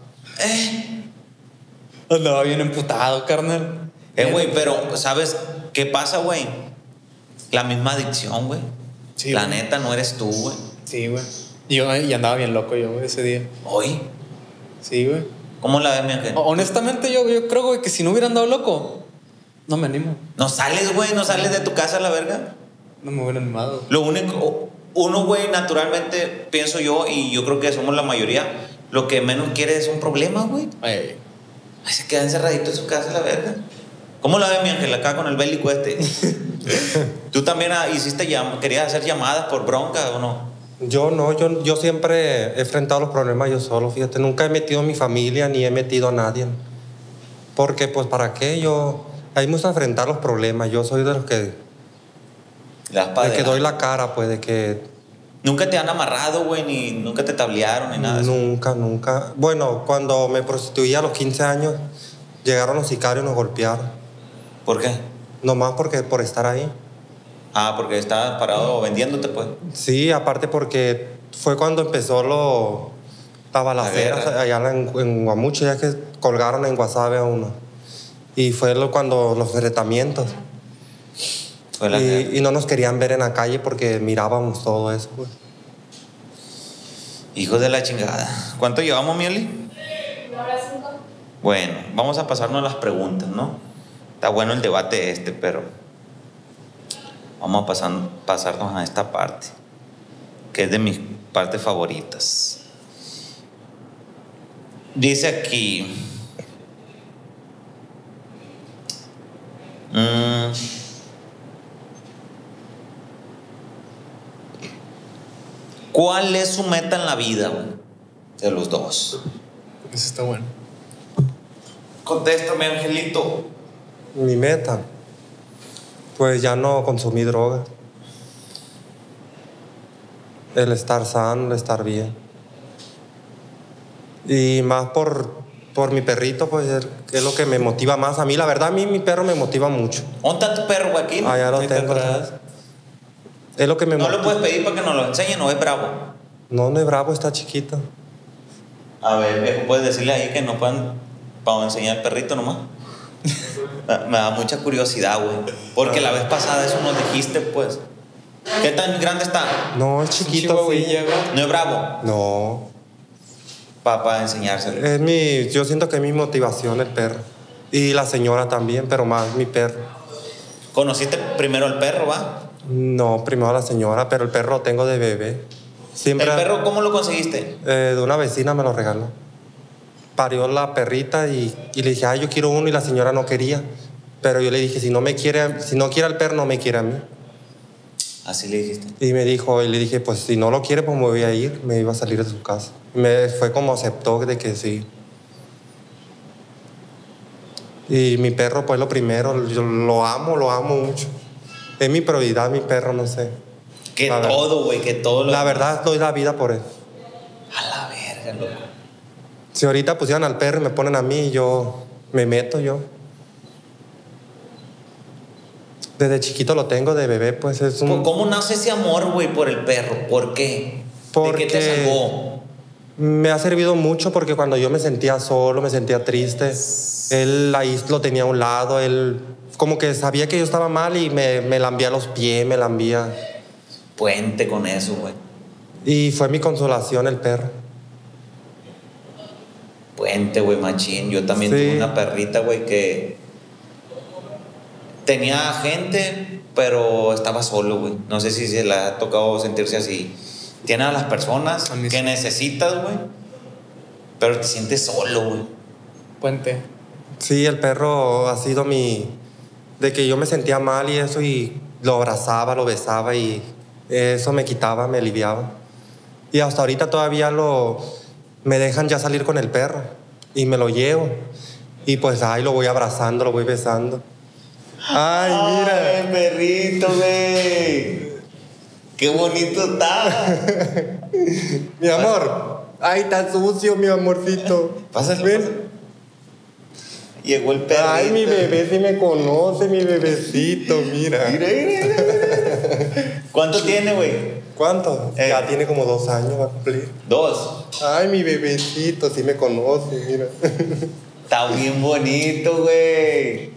Andaba bien emputado, carnal. Güey, pero ¿sabes qué pasa, güey? La misma adicción, güey. Sí, la neta, no eres tú, güey. Sí, güey. Y andaba bien loco yo, güey, ese día. ¿Hoy? Sí, güey. ¿Cómo la ves, mi ángel? Honestamente, yo creo, güey, que si no hubiera andado loco, no me animo. ¿No sales, güey? ¿No sales de tu casa a la verga? No me hubiera animado. Lo único... Uno, güey, naturalmente, pienso yo, y yo creo que somos la mayoría, lo que menos quiere es un problema, güey. Se queda encerradito en su casa a la verga. ¿Cómo la ves, mi Ángel, acá con el bélico este? ¿Tú también querías hacer llamadas por bronca o no? Yo no, yo siempre he enfrentado los problemas yo solo, fíjate. Nunca he metido a mi familia ni he metido a nadie. Porque, pues, ¿para qué? A mí me gusta enfrentar los problemas. Yo soy de los que... de que doy la cara, pues, de que... ¿Nunca te han amarrado, güey? Ni nunca te tablearon ni nada de eso? Nunca. Bueno, cuando me prostituía a los 15 años, llegaron los sicarios y nos golpearon. ¿Por qué? Nomás por estar ahí. Ah, porque estabas parado vendiéndote, pues. Sí, aparte porque fue cuando empezó la balacera allá en Guamuche, ya que colgaron en Guasave a uno. Y fue cuando los enfrentamientos. Y no nos querían ver en la calle porque mirábamos todo eso, pues. Hijos de la chingada. ¿Cuánto llevamos, Mieli? 1:05. Bueno, vamos a pasarnos a las preguntas, ¿no? Está bueno el debate pero vamos a pasarnos a esta parte, que es de mis partes favoritas. Dice aquí... ¿Cuál es su meta en la vida, güey? De los dos. Eso está bueno. Contéstame, Angelito. Mi meta, pues ya no consumí droga. El estar sano, el estar bien. Y más por mi perrito, pues es lo que me motiva más. A mí, la verdad, mi perro me motiva mucho. ¿Dónde está tu perro, güey? Aquí. Ah, ya lo tengo atrás. Es lo que me motiva. ¿No le puedes pedir para que nos lo enseñe? ¿No es bravo? No es bravo, está chiquito. A ver, viejo, puedes decirle ahí que no puedan para enseñar al perrito nomás. Me da mucha curiosidad, güey. Porque la vez pasada eso nos dijiste, pues. ¿Qué tan grande está? No, es chiquito. Sí. ¿No es bravo? No. Para enseñárselo. Yo siento que es mi motivación el perro. Y la señora también, pero más mi perro. ¿Conociste primero al perro, va? No, primero a la señora, pero el perro lo tengo de bebé. Siempre, ¿El perro cómo lo conseguiste? De una vecina me lo regaló. Parió la perrita y le dije, yo quiero uno, y la señora no quería. Pero yo le dije, si no quiere al perro, no me quiere a mí. Así le dijiste. Y me dijo, y le dije, pues si no lo quiere, pues me voy a ir. Me iba a salir de su casa. Fue como aceptó de que sí. Y mi perro, pues lo primero, yo lo amo mucho. Es mi prioridad, mi perro, no sé. Que todo, güey, que todo. La verdad, doy la vida por él. A la verga, loco. Si ahorita pusieran al perro y me ponen a mí, yo me meto yo. Desde chiquito lo tengo, de bebé, pues es un... ¿Cómo nace ese amor, güey, por el perro? ¿Por qué? Porque ¿De qué te salvó? Me ha servido mucho porque cuando yo me sentía solo, me sentía triste, él ahí lo tenía a un lado, él como que sabía que yo estaba mal y me lambía los pies, me lambía. Puente con eso, güey. Y fue mi consolación el perro. Puente, güey, machín. Yo también tuve una perrita, güey, que tenía gente, pero estaba solo, güey. No sé si se le ha tocado sentirse así. Tiene a las personas que necesitas, güey, pero te sientes solo, güey. Puente. Sí, el perro ha sido de que yo me sentía mal y eso, y lo abrazaba, lo besaba, y eso me quitaba, me aliviaba. Y hasta ahorita todavía me dejan ya salir con el perro y me lo llevo. Y pues lo voy abrazando, lo voy besando. Ay, mira. Ay, perrito, güey. Qué bonito está. Mi amor. Ay, está sucio, mi amorcito. Pásale. Llegó el perrito. Ay, mi bebé sí me conoce, mi bebecito, mira. Mira. ¿Cuánto tiene, güey? ¿Cuánto? Ya tiene como 2 años, va a cumplir. 2. Ay, mi bebecito sí me conoce, mira. Está bien bonito, güey.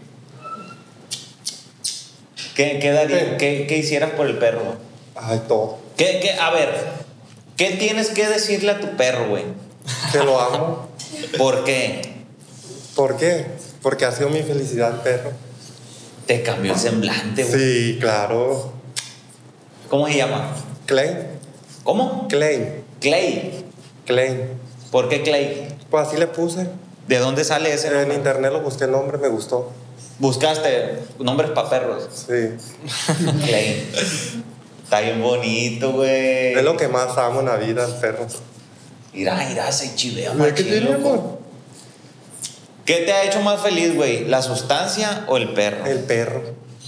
¿Qué daría? ¿Qué hicieras por el perro, güey? Ay, todo. A ver, ¿qué tienes que decirle a tu perro, güey? Que lo amo. ¿Por qué? ¿Por qué? Porque ha sido mi felicidad el perro. Te cambió el semblante, güey. Sí, claro. ¿Cómo se llama? Clay. ¿Cómo? Clay. Clay. Clay. ¿Por qué Clay? Pues así le puse. ¿De dónde sale ese nombre? En internet lo busqué el nombre, me gustó. Buscaste nombres para perros. Sí. Clay. Está bien bonito, güey. Es lo que más amo en la vida, el perro. Irá, se chivea, ¿De qué machín, tiene, loco. amor? ¿Qué te ha hecho más feliz, güey? ¿La sustancia o el perro? El perro.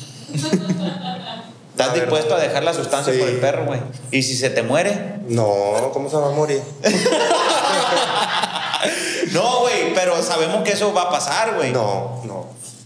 ¿Estás dispuesto a dejar la sustancia Sí. por el perro, güey? ¿Y si se te muere? No, ¿cómo se va a morir? No, güey, pero sabemos que eso va a pasar, güey. No.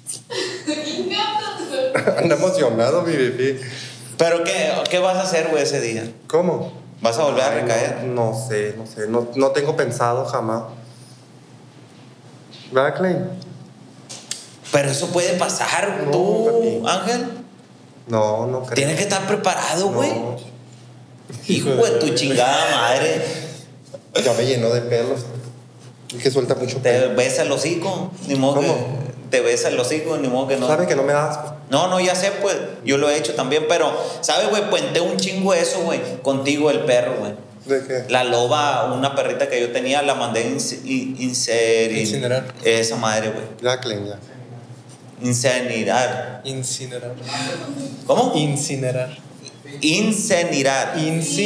Anda emocionado, mi bebé. ¿Pero qué vas a hacer, güey, ese día? ¿Cómo? ¿Vas a volver a recaer? No sé. No tengo pensado jamás. ¿Verdad, Clay? Pero eso puede pasar, No, tú, papi. Ángel. No creo. Tienes que estar preparado, güey. No. Hijo de tu chingada madre. Ya me llenó de pelos. Es que suelta mucho Te pelo. besa el hocico, ni modo ¿Cómo? que te besa el hocico, ni modo que no. ¿Sabe que no me da asco? No, ya sé, pues. Yo lo he hecho también, pero, ¿sabes, güey? Puenté un chingo eso, güey. Contigo, el perro, güey. ¿De qué? La loba, una perrita que yo tenía, la mandé Incinerar. Esa madre, güey. Ya, Clay, ya. Incinerar. Incinerar. ¿Cómo? Incinerar. Incinerar.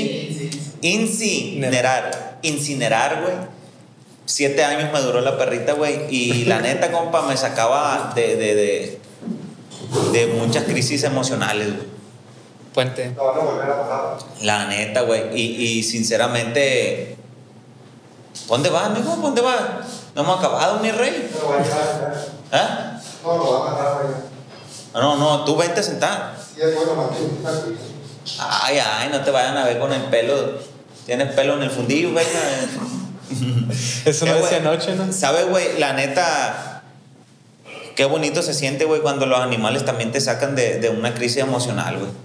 Incinerar. Incinerar, güey. 7 años me duró la perrita, güey. Y la neta, compa, me sacaba de muchas crisis emocionales, güey. Puente. No van a volver a pasar. La neta, güey. Y sinceramente, ¿dónde vas, amigo? ¿Dónde vas? No hemos acabado, mi rey. No, voy a dejar. ¿Ah? No, lo va a matar, güey. No, tú vente a sentar. Sí, es bueno, Martín. Ay, no te vayan a ver con el pelo. Tienes pelo en el fundillo, güey. Eso no ¿Qué, decía güey? anoche, ¿no? ¿Sabes, güey? La neta, qué bonito se siente, güey, cuando los animales también te sacan de una crisis emocional, güey.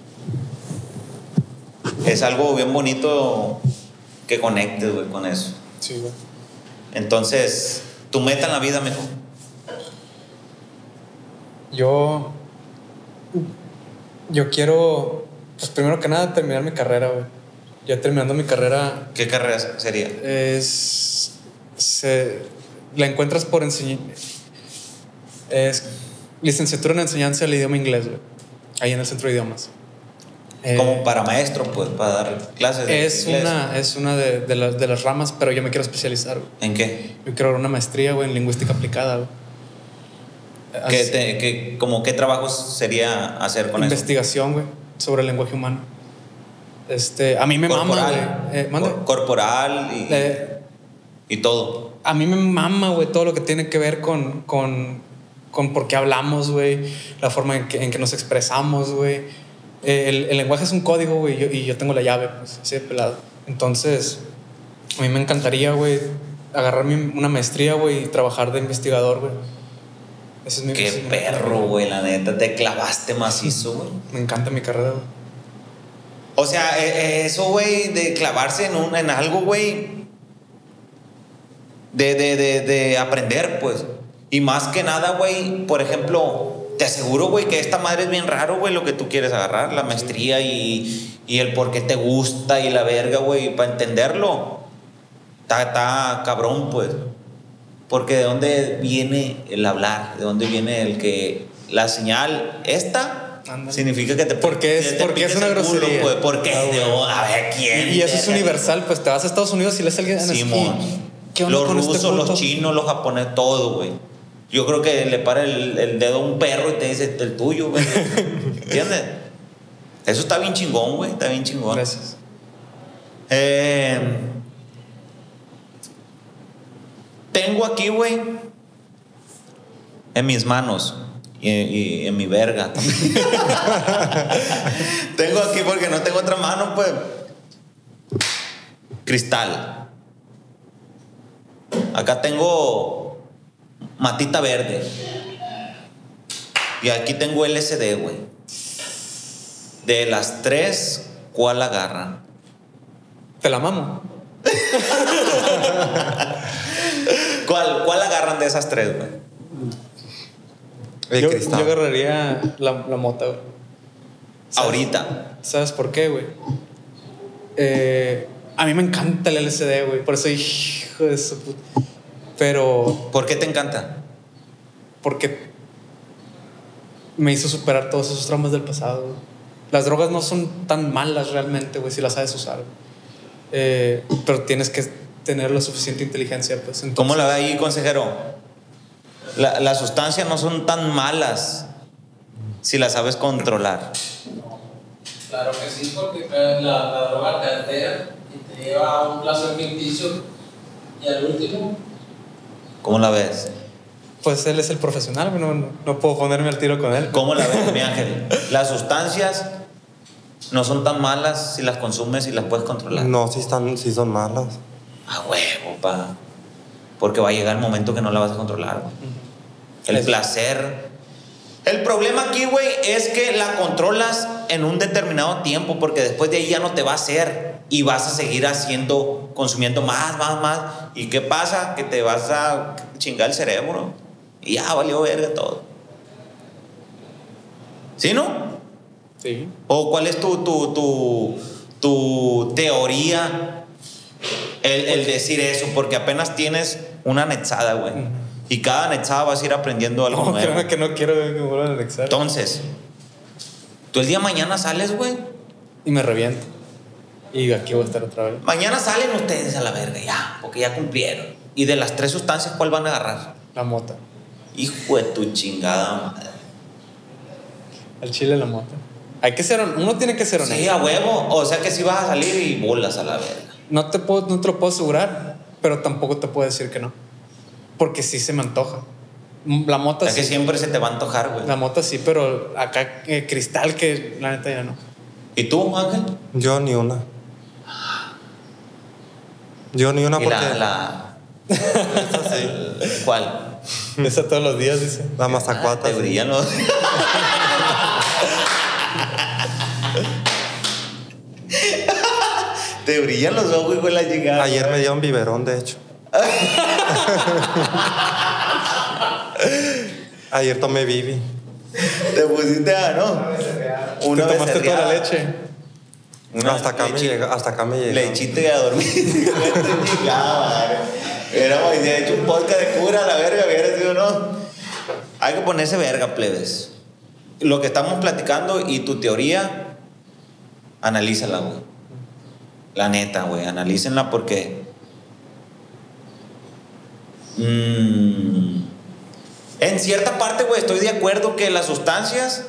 Es algo bien bonito que conectes, güey, con eso. Sí, güey. Entonces, tu meta en la vida, mijo. Yo quiero, pues primero que nada, terminar mi carrera, güey. Ya terminando mi carrera, ¿Qué carrera sería? la encuentras por es licenciatura en enseñanza del idioma inglés, güey. Ahí en el centro de idiomas. Como para maestro, pues, para dar clases de inglés. Es una de las ramas, pero yo me quiero especializar, güey. ¿En qué? Yo quiero una maestría, güey, en lingüística aplicada, güey. ¿Qué trabajos sería hacer con investigación, güey, sobre el lenguaje humano. A mí me mama, güey. Corporal y todo. A mí me mama, güey, todo lo que tiene que ver con por qué hablamos, güey, la forma en que nos expresamos, güey. El lenguaje es un código, güey, y yo tengo la llave, pues, así de pelado. Entonces, a mí me encantaría, güey, agarrar una maestría, güey, y trabajar de investigador, güey. Ese es mi Qué perro, güey, la neta, te clavaste macizo, güey. Me encanta mi carrera, güey. O sea, eso, güey, de clavarse en algo, güey, de aprender, pues. Y más que nada, güey, por ejemplo, te aseguro, güey, que esta madre es bien raro, güey, lo que tú quieres agarrar, la maestría y el por qué te gusta y la verga, güey, para entenderlo. Está cabrón, pues. Porque de dónde viene el hablar, de dónde viene el que la señal esta. Ándale. Significa que te porque es una grosería. Pues, porque no, a ver quién. Y eso es universal, pues te vas a Estados Unidos y lees a alguien en Simón. ¿Qué onda Los con rusos, este puto? los chinos, los japoneses, todo, güey. Yo creo que le para el dedo a un perro y te dice el tuyo, güey. ¿Entiendes? Eso está bien chingón, güey. Está bien chingón. Gracias. Tengo aquí, güey, en mis manos y en mi verga. Tengo aquí porque no tengo otra mano, pues. Cristal. Acá tengo matita verde. Y aquí tengo LSD, güey. De las 3, ¿cuál agarran? Te la mamo. ¿Cuál agarran de esas 3, güey? Yo agarraría la mota, güey. Ahorita. ¿Sabes por qué, güey? A mí me encanta el LSD, güey. Por eso, hijo de su puta. Pero... ¿Por qué te encanta? Porque me hizo superar todos esos traumas del pasado, güey. Las drogas no son tan malas realmente, güey, si las sabes usar. Pero tienes que tener la suficiente inteligencia, pues. Entonces, ¿cómo la ve ahí, consejero? Las sustancias no son tan malas si las sabes controlar. Claro que sí, porque la droga te altera y te lleva a un placer ficticio y al último. ¿Cómo la ves? pues él es el profesional, no puedo ponerme al tiro con él. ¿Cómo la ves, mi Ángel? Las sustancias no son tan malas si las consumes y las puedes controlar. No, sí son malas. A huevo, pa. Porque va a llegar el momento que no la vas a controlar, güey. El placer. El problema aquí, güey, es que la controlas en un determinado tiempo, porque después de ahí ya no te va a hacer y vas a seguir consumiendo más. ¿Y qué pasa? Que te vas a chingar el cerebro y ya valió verga todo. ¿Sí, no? Sí. ¿O cuál es tu teoría? El decir eso, porque apenas tienes una nexada, güey. Y cada nexada vas a ir aprendiendo algo nuevo. Créeme que no quiero que me vuelvan a nexar. Entonces, tú el día de mañana sales, güey. Y me reviento. Y aquí voy a estar otra vez. Mañana salen ustedes a la verga, ya, porque ya cumplieron. Y de las 3 sustancias, ¿cuál van a agarrar? La mota. Hijo de tu chingada madre. Al chile la mota. Uno tiene que ser honesto. Sí, a huevo. O sea que sí vas a salir y bolas a la verga. No te lo puedo asegurar, pero tampoco te puedo decir que no. Porque sí se me antoja. La mota es sí. Es que siempre se te va a antojar, güey. La mota sí, pero acá cristal que la neta ya no. ¿Y tú, Ángel? Yo ni una. Yo ni una ¿Y porque... Esa sí. ¿Cuál? Esa todos los días, dice. La mazacuata. Te brillan los... Te brillan los ojos, hijo de la llegada. Ayer me dio un biberón, de hecho. Ayer tomé Bibi. Te pusiste ¿no? Te tomaste toda la leche. Hasta acá me llega. Lechita y a dormir. Hubiéramos hecho un podcast de cura a la verga, hubiera sido, ¿no? Hay que ponerse verga, plebes. Lo que estamos platicando y tu teoría, analízala, güey. La neta, güey, analícenla porque... En cierta parte, güey, estoy de acuerdo que las sustancias,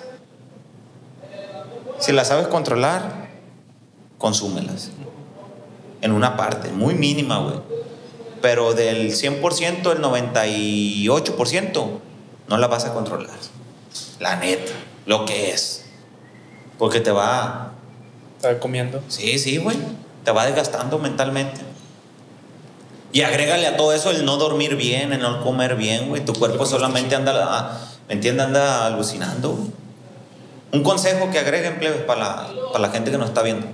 si las sabes controlar, consúmelas. En una parte, muy mínima, güey. Pero del 100%, el 98% no la vas a controlar. La neta, lo que es. Porque te va... Está comiendo. Sí, güey. Te va desgastando mentalmente. Y agrégale a todo eso el no dormir bien, el no comer bien, güey. Tu cuerpo solamente anda, ¿me entiendes? Anda alucinando, güey. Un consejo que agreguen, plebes, para la gente que nos está viendo.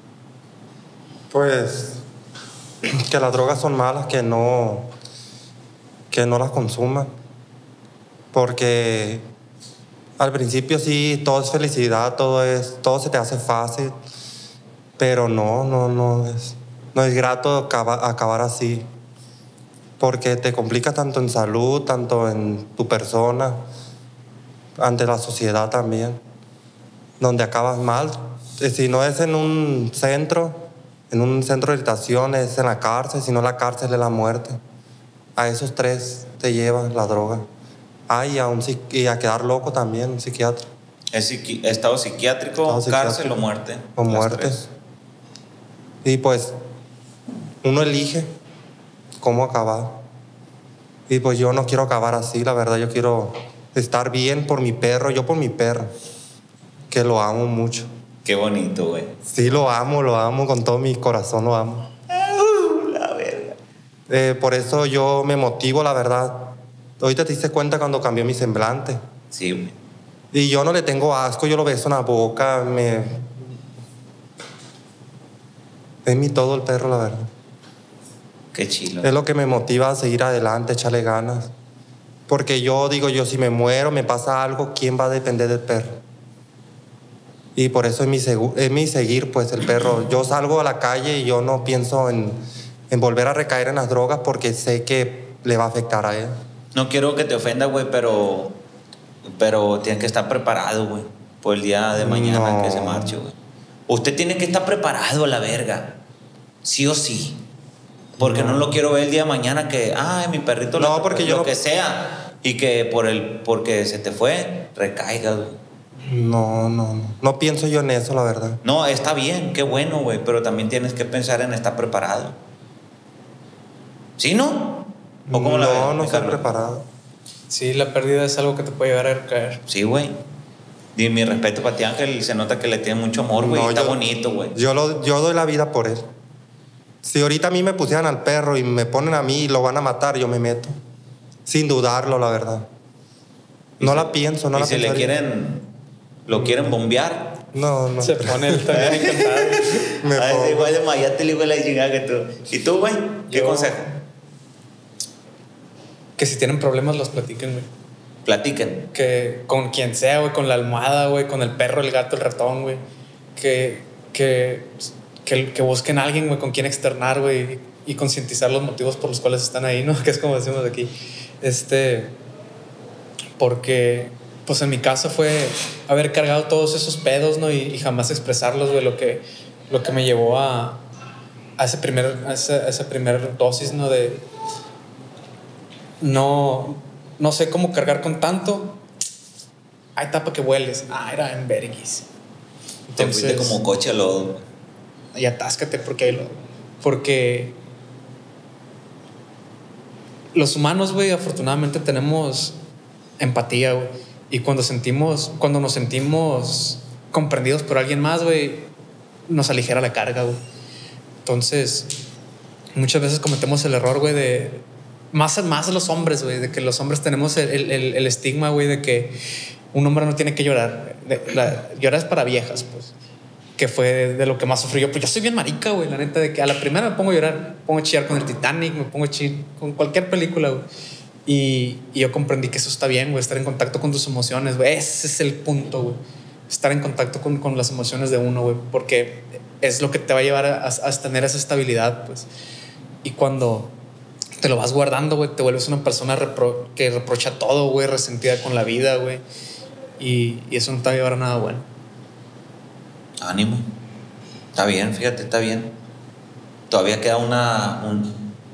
Pues que las drogas son malas, que no las consuman. Porque al principio sí, todo es felicidad, todo se te hace fácil. Pero no es grato acabar así. Porque te complica tanto en salud, tanto en tu persona, ante la sociedad también. Donde acabas mal. Si no es en un centro de rehabilitación, es en la cárcel. Si no, la cárcel es la muerte. A esos 3 te lleva la droga. Y a quedar loco también, un psiquiatra. Estado psiquiátrico, cárcel o muerte. O muerte. Y pues uno elige cómo acabar. Y pues yo no quiero acabar así, la verdad. Yo quiero estar bien por mi perro, yo por mi perro, que lo amo mucho. Qué bonito, güey. Sí, lo amo con todo mi corazón, lo amo. La verga. Por eso yo me motivo, la verdad. Ahorita te diste cuenta cuando cambió mi semblante. Sí, güey. Y yo no le tengo asco, yo lo beso en la boca, es mi todo el perro, la verdad. Qué chilo. Es lo que me motiva a seguir adelante, echarle ganas. Porque yo digo, si me muero, me pasa algo, ¿quién va a depender del perro? Y por eso es mi seguir, pues, el perro. Yo salgo a la calle y yo no pienso en volver a recaer en las drogas porque sé que le va a afectar a él. No quiero que te ofenda, güey, pero Pero tienes que estar preparado, güey, por el día de mañana que se marche, güey. Usted tiene que estar preparado a la verga. Sí o sí. Porque no lo quiero ver el día de mañana que, ay, mi perrito lo que sea. Y que porque se te fue, recaiga, güey. No pienso yo en eso, la verdad. No, está bien, qué bueno, güey. Pero también tienes que pensar en estar preparado. ¿Sí, no? ¿O cómo la ves, no estoy preparado. Sí, la pérdida es algo que te puede llegar a caer. Sí, güey. Y mi respeto para ti, Ángel. Se nota que le tiene mucho amor, güey. Está bonito, güey. Yo doy la vida por él. Si ahorita a mí me pusieran al perro y me ponen a mí y lo van a matar, yo me meto. Sin dudarlo, la verdad. No la pienso. Y si lo quieren bombear. No. Se pone él también encantado. Igual de mayate, le digo la chingada que tú. ¿Y tú, güey? ¿Qué consejo? Que si tienen problemas los platiquen, güey. Platiquen. Que con quien sea, güey, con la almohada, güey, con el perro, el gato, el ratón, güey. Que busquen a alguien, güey, con quien externar, güey, y concientizar los motivos por los cuales están ahí, ¿no? Que es como decimos aquí. Porque, pues en mi caso fue haber cargado todos esos pedos, ¿no? Y jamás expresarlos, güey, lo que me llevó a esa primer dosis, ¿no? De no sé cómo cargar con tanto. Hay tapa que hueles. Era en verguis. Te fuiste como coche a lodo. Y atáscate porque los humanos, güey, afortunadamente tenemos empatía, güey. Y cuando nos sentimos comprendidos por alguien más, güey, nos aligera la carga, güey. Entonces, muchas veces cometemos el error, güey, de más los hombres, güey, de que los hombres tenemos el estigma, güey, de que un hombre no tiene que llorar. Llorar es para viejas, pues. Que fue de lo que más sufrí yo. Pues yo soy bien marica, güey, la neta, de que a la primera me pongo a llorar, me pongo a chillar con el Titanic, me pongo a chillar con cualquier película, güey. Y yo comprendí que eso está bien, güey, estar en contacto con tus emociones, güey. Ese es el punto, güey. Estar en contacto con las emociones de uno, güey, porque es lo que te va a llevar a tener esa estabilidad, pues. Y cuando te lo vas guardando, güey, te vuelves una persona que reprocha todo, güey, resentida con la vida, güey. Y eso no te va a llevar a nada bueno. Ánimo. Está bien, fíjate, está bien. Todavía queda una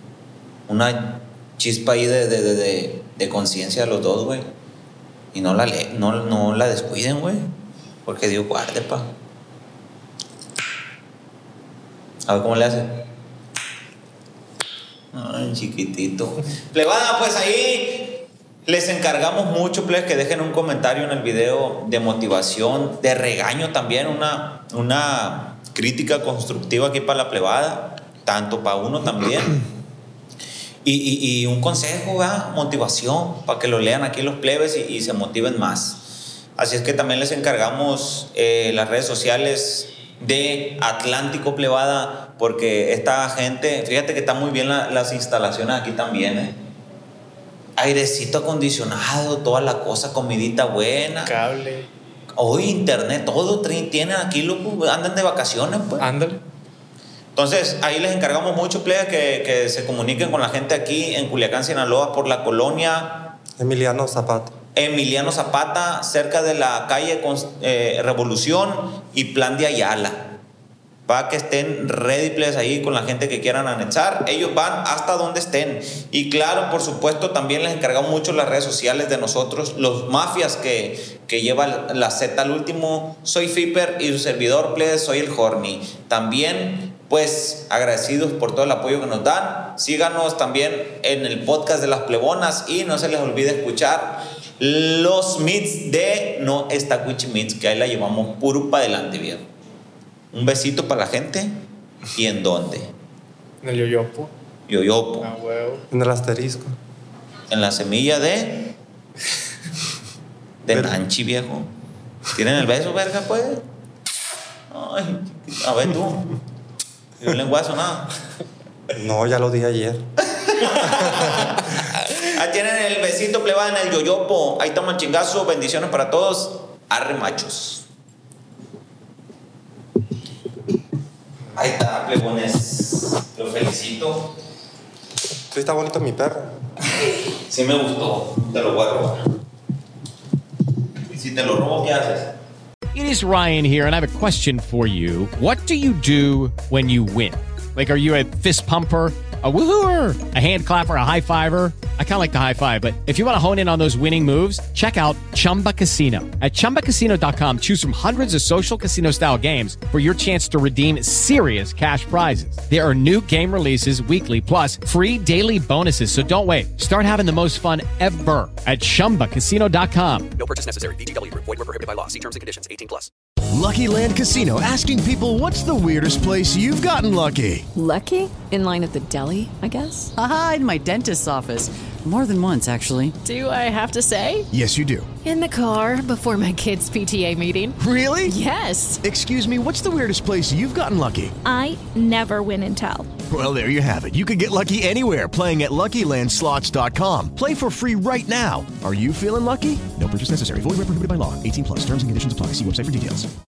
chispa ahí de conciencia de los dos, güey. Y no la descuiden, güey. Porque Dios guarde, pa. A ver cómo le hace. Ay, chiquitito. Plebada, pues ahí les encargamos mucho, plebes, que dejen un comentario en el video de motivación, de regaño también, una crítica constructiva aquí para la plebada, tanto para uno también. Y un consejo, ¿verdad? Motivación, para que lo lean aquí los plebes y se motiven más. Así es que también les encargamos las redes sociales de Atlántico, plebada, porque esta gente, fíjate que están muy bien las instalaciones aquí también, airecito acondicionado, toda la cosa, comidita buena, cable, hoy internet, todo tienen aquí, loco, andan de vacaciones, pues. Ándale. Entonces ahí les encargamos mucho, plebe, que se comuniquen con la gente aquí en Culiacán, Sinaloa, por la colonia Emiliano Zapata, cerca de la calle Revolución y Plan de Ayala, para que estén ready, plebes, ahí con la gente que quieran anexar. Ellos van hasta donde estén. Y claro, por supuesto, también les encargamos mucho las redes sociales de nosotros, los mafias que lleva la Z al último. Soy Fipper y su servidor, plebes, soy el Horny. También, pues, agradecidos por todo el apoyo que nos dan. Síganos también en el podcast de las plebonas y no se les olvide escuchar los meets de No Está Cuchi Meets, que ahí la llevamos puro para adelante, viejo. Un besito para la gente. ¿Y en dónde? En el Yoyopo. Yoyopo. Ah, huevo. En el asterisco. En la semilla de Nanchi, viejo. ¿Tienen el beso, verga, pues? Ay, a ver tú. ¿Y un lenguazo, nada? No, ya lo di ayer. Ahí tienen el besito, pleba, en el Yoyopo. Ahí toman chingazo. Bendiciones para todos. Arre, machos. Ahí está, plebones. Lo felicito. Sí, está bonito mi perro. Sí me gustó. Te lo voy a robar. Si te lo robo, ¿qué haces? It is Ryan here, and I have a question for you. What do you do when you win? Like, are you a fist pumper, a woohooer, a hand clapper, a high fiver? I kind of like the high five, but if you want to hone in on those winning moves, check out Chumba Casino. At ChumbaCasino.com, choose from hundreds of social casino style games for your chance to redeem serious cash prizes. There are new game releases weekly, plus free daily bonuses. So don't wait. Start having the most fun ever at ChumbaCasino.com. No purchase necessary. VGW. Void where prohibited by law. See terms and conditions. 18+. Lucky Land Casino, asking people, what's the weirdest place you've gotten lucky? Lucky? In line at the deli, I guess? Aha, in my dentist's office. More than once, actually. Do I have to say? Yes, you do. In the car before my kids' PTA meeting. Really? Yes. Excuse me, what's the weirdest place you've gotten lucky? I never win and tell. Well, there you have it. You can get lucky anywhere, playing at LuckyLandSlots.com. Play for free right now. Are you feeling lucky? No purchase necessary. Void where prohibited by law. 18+. Terms and conditions apply. See website for details.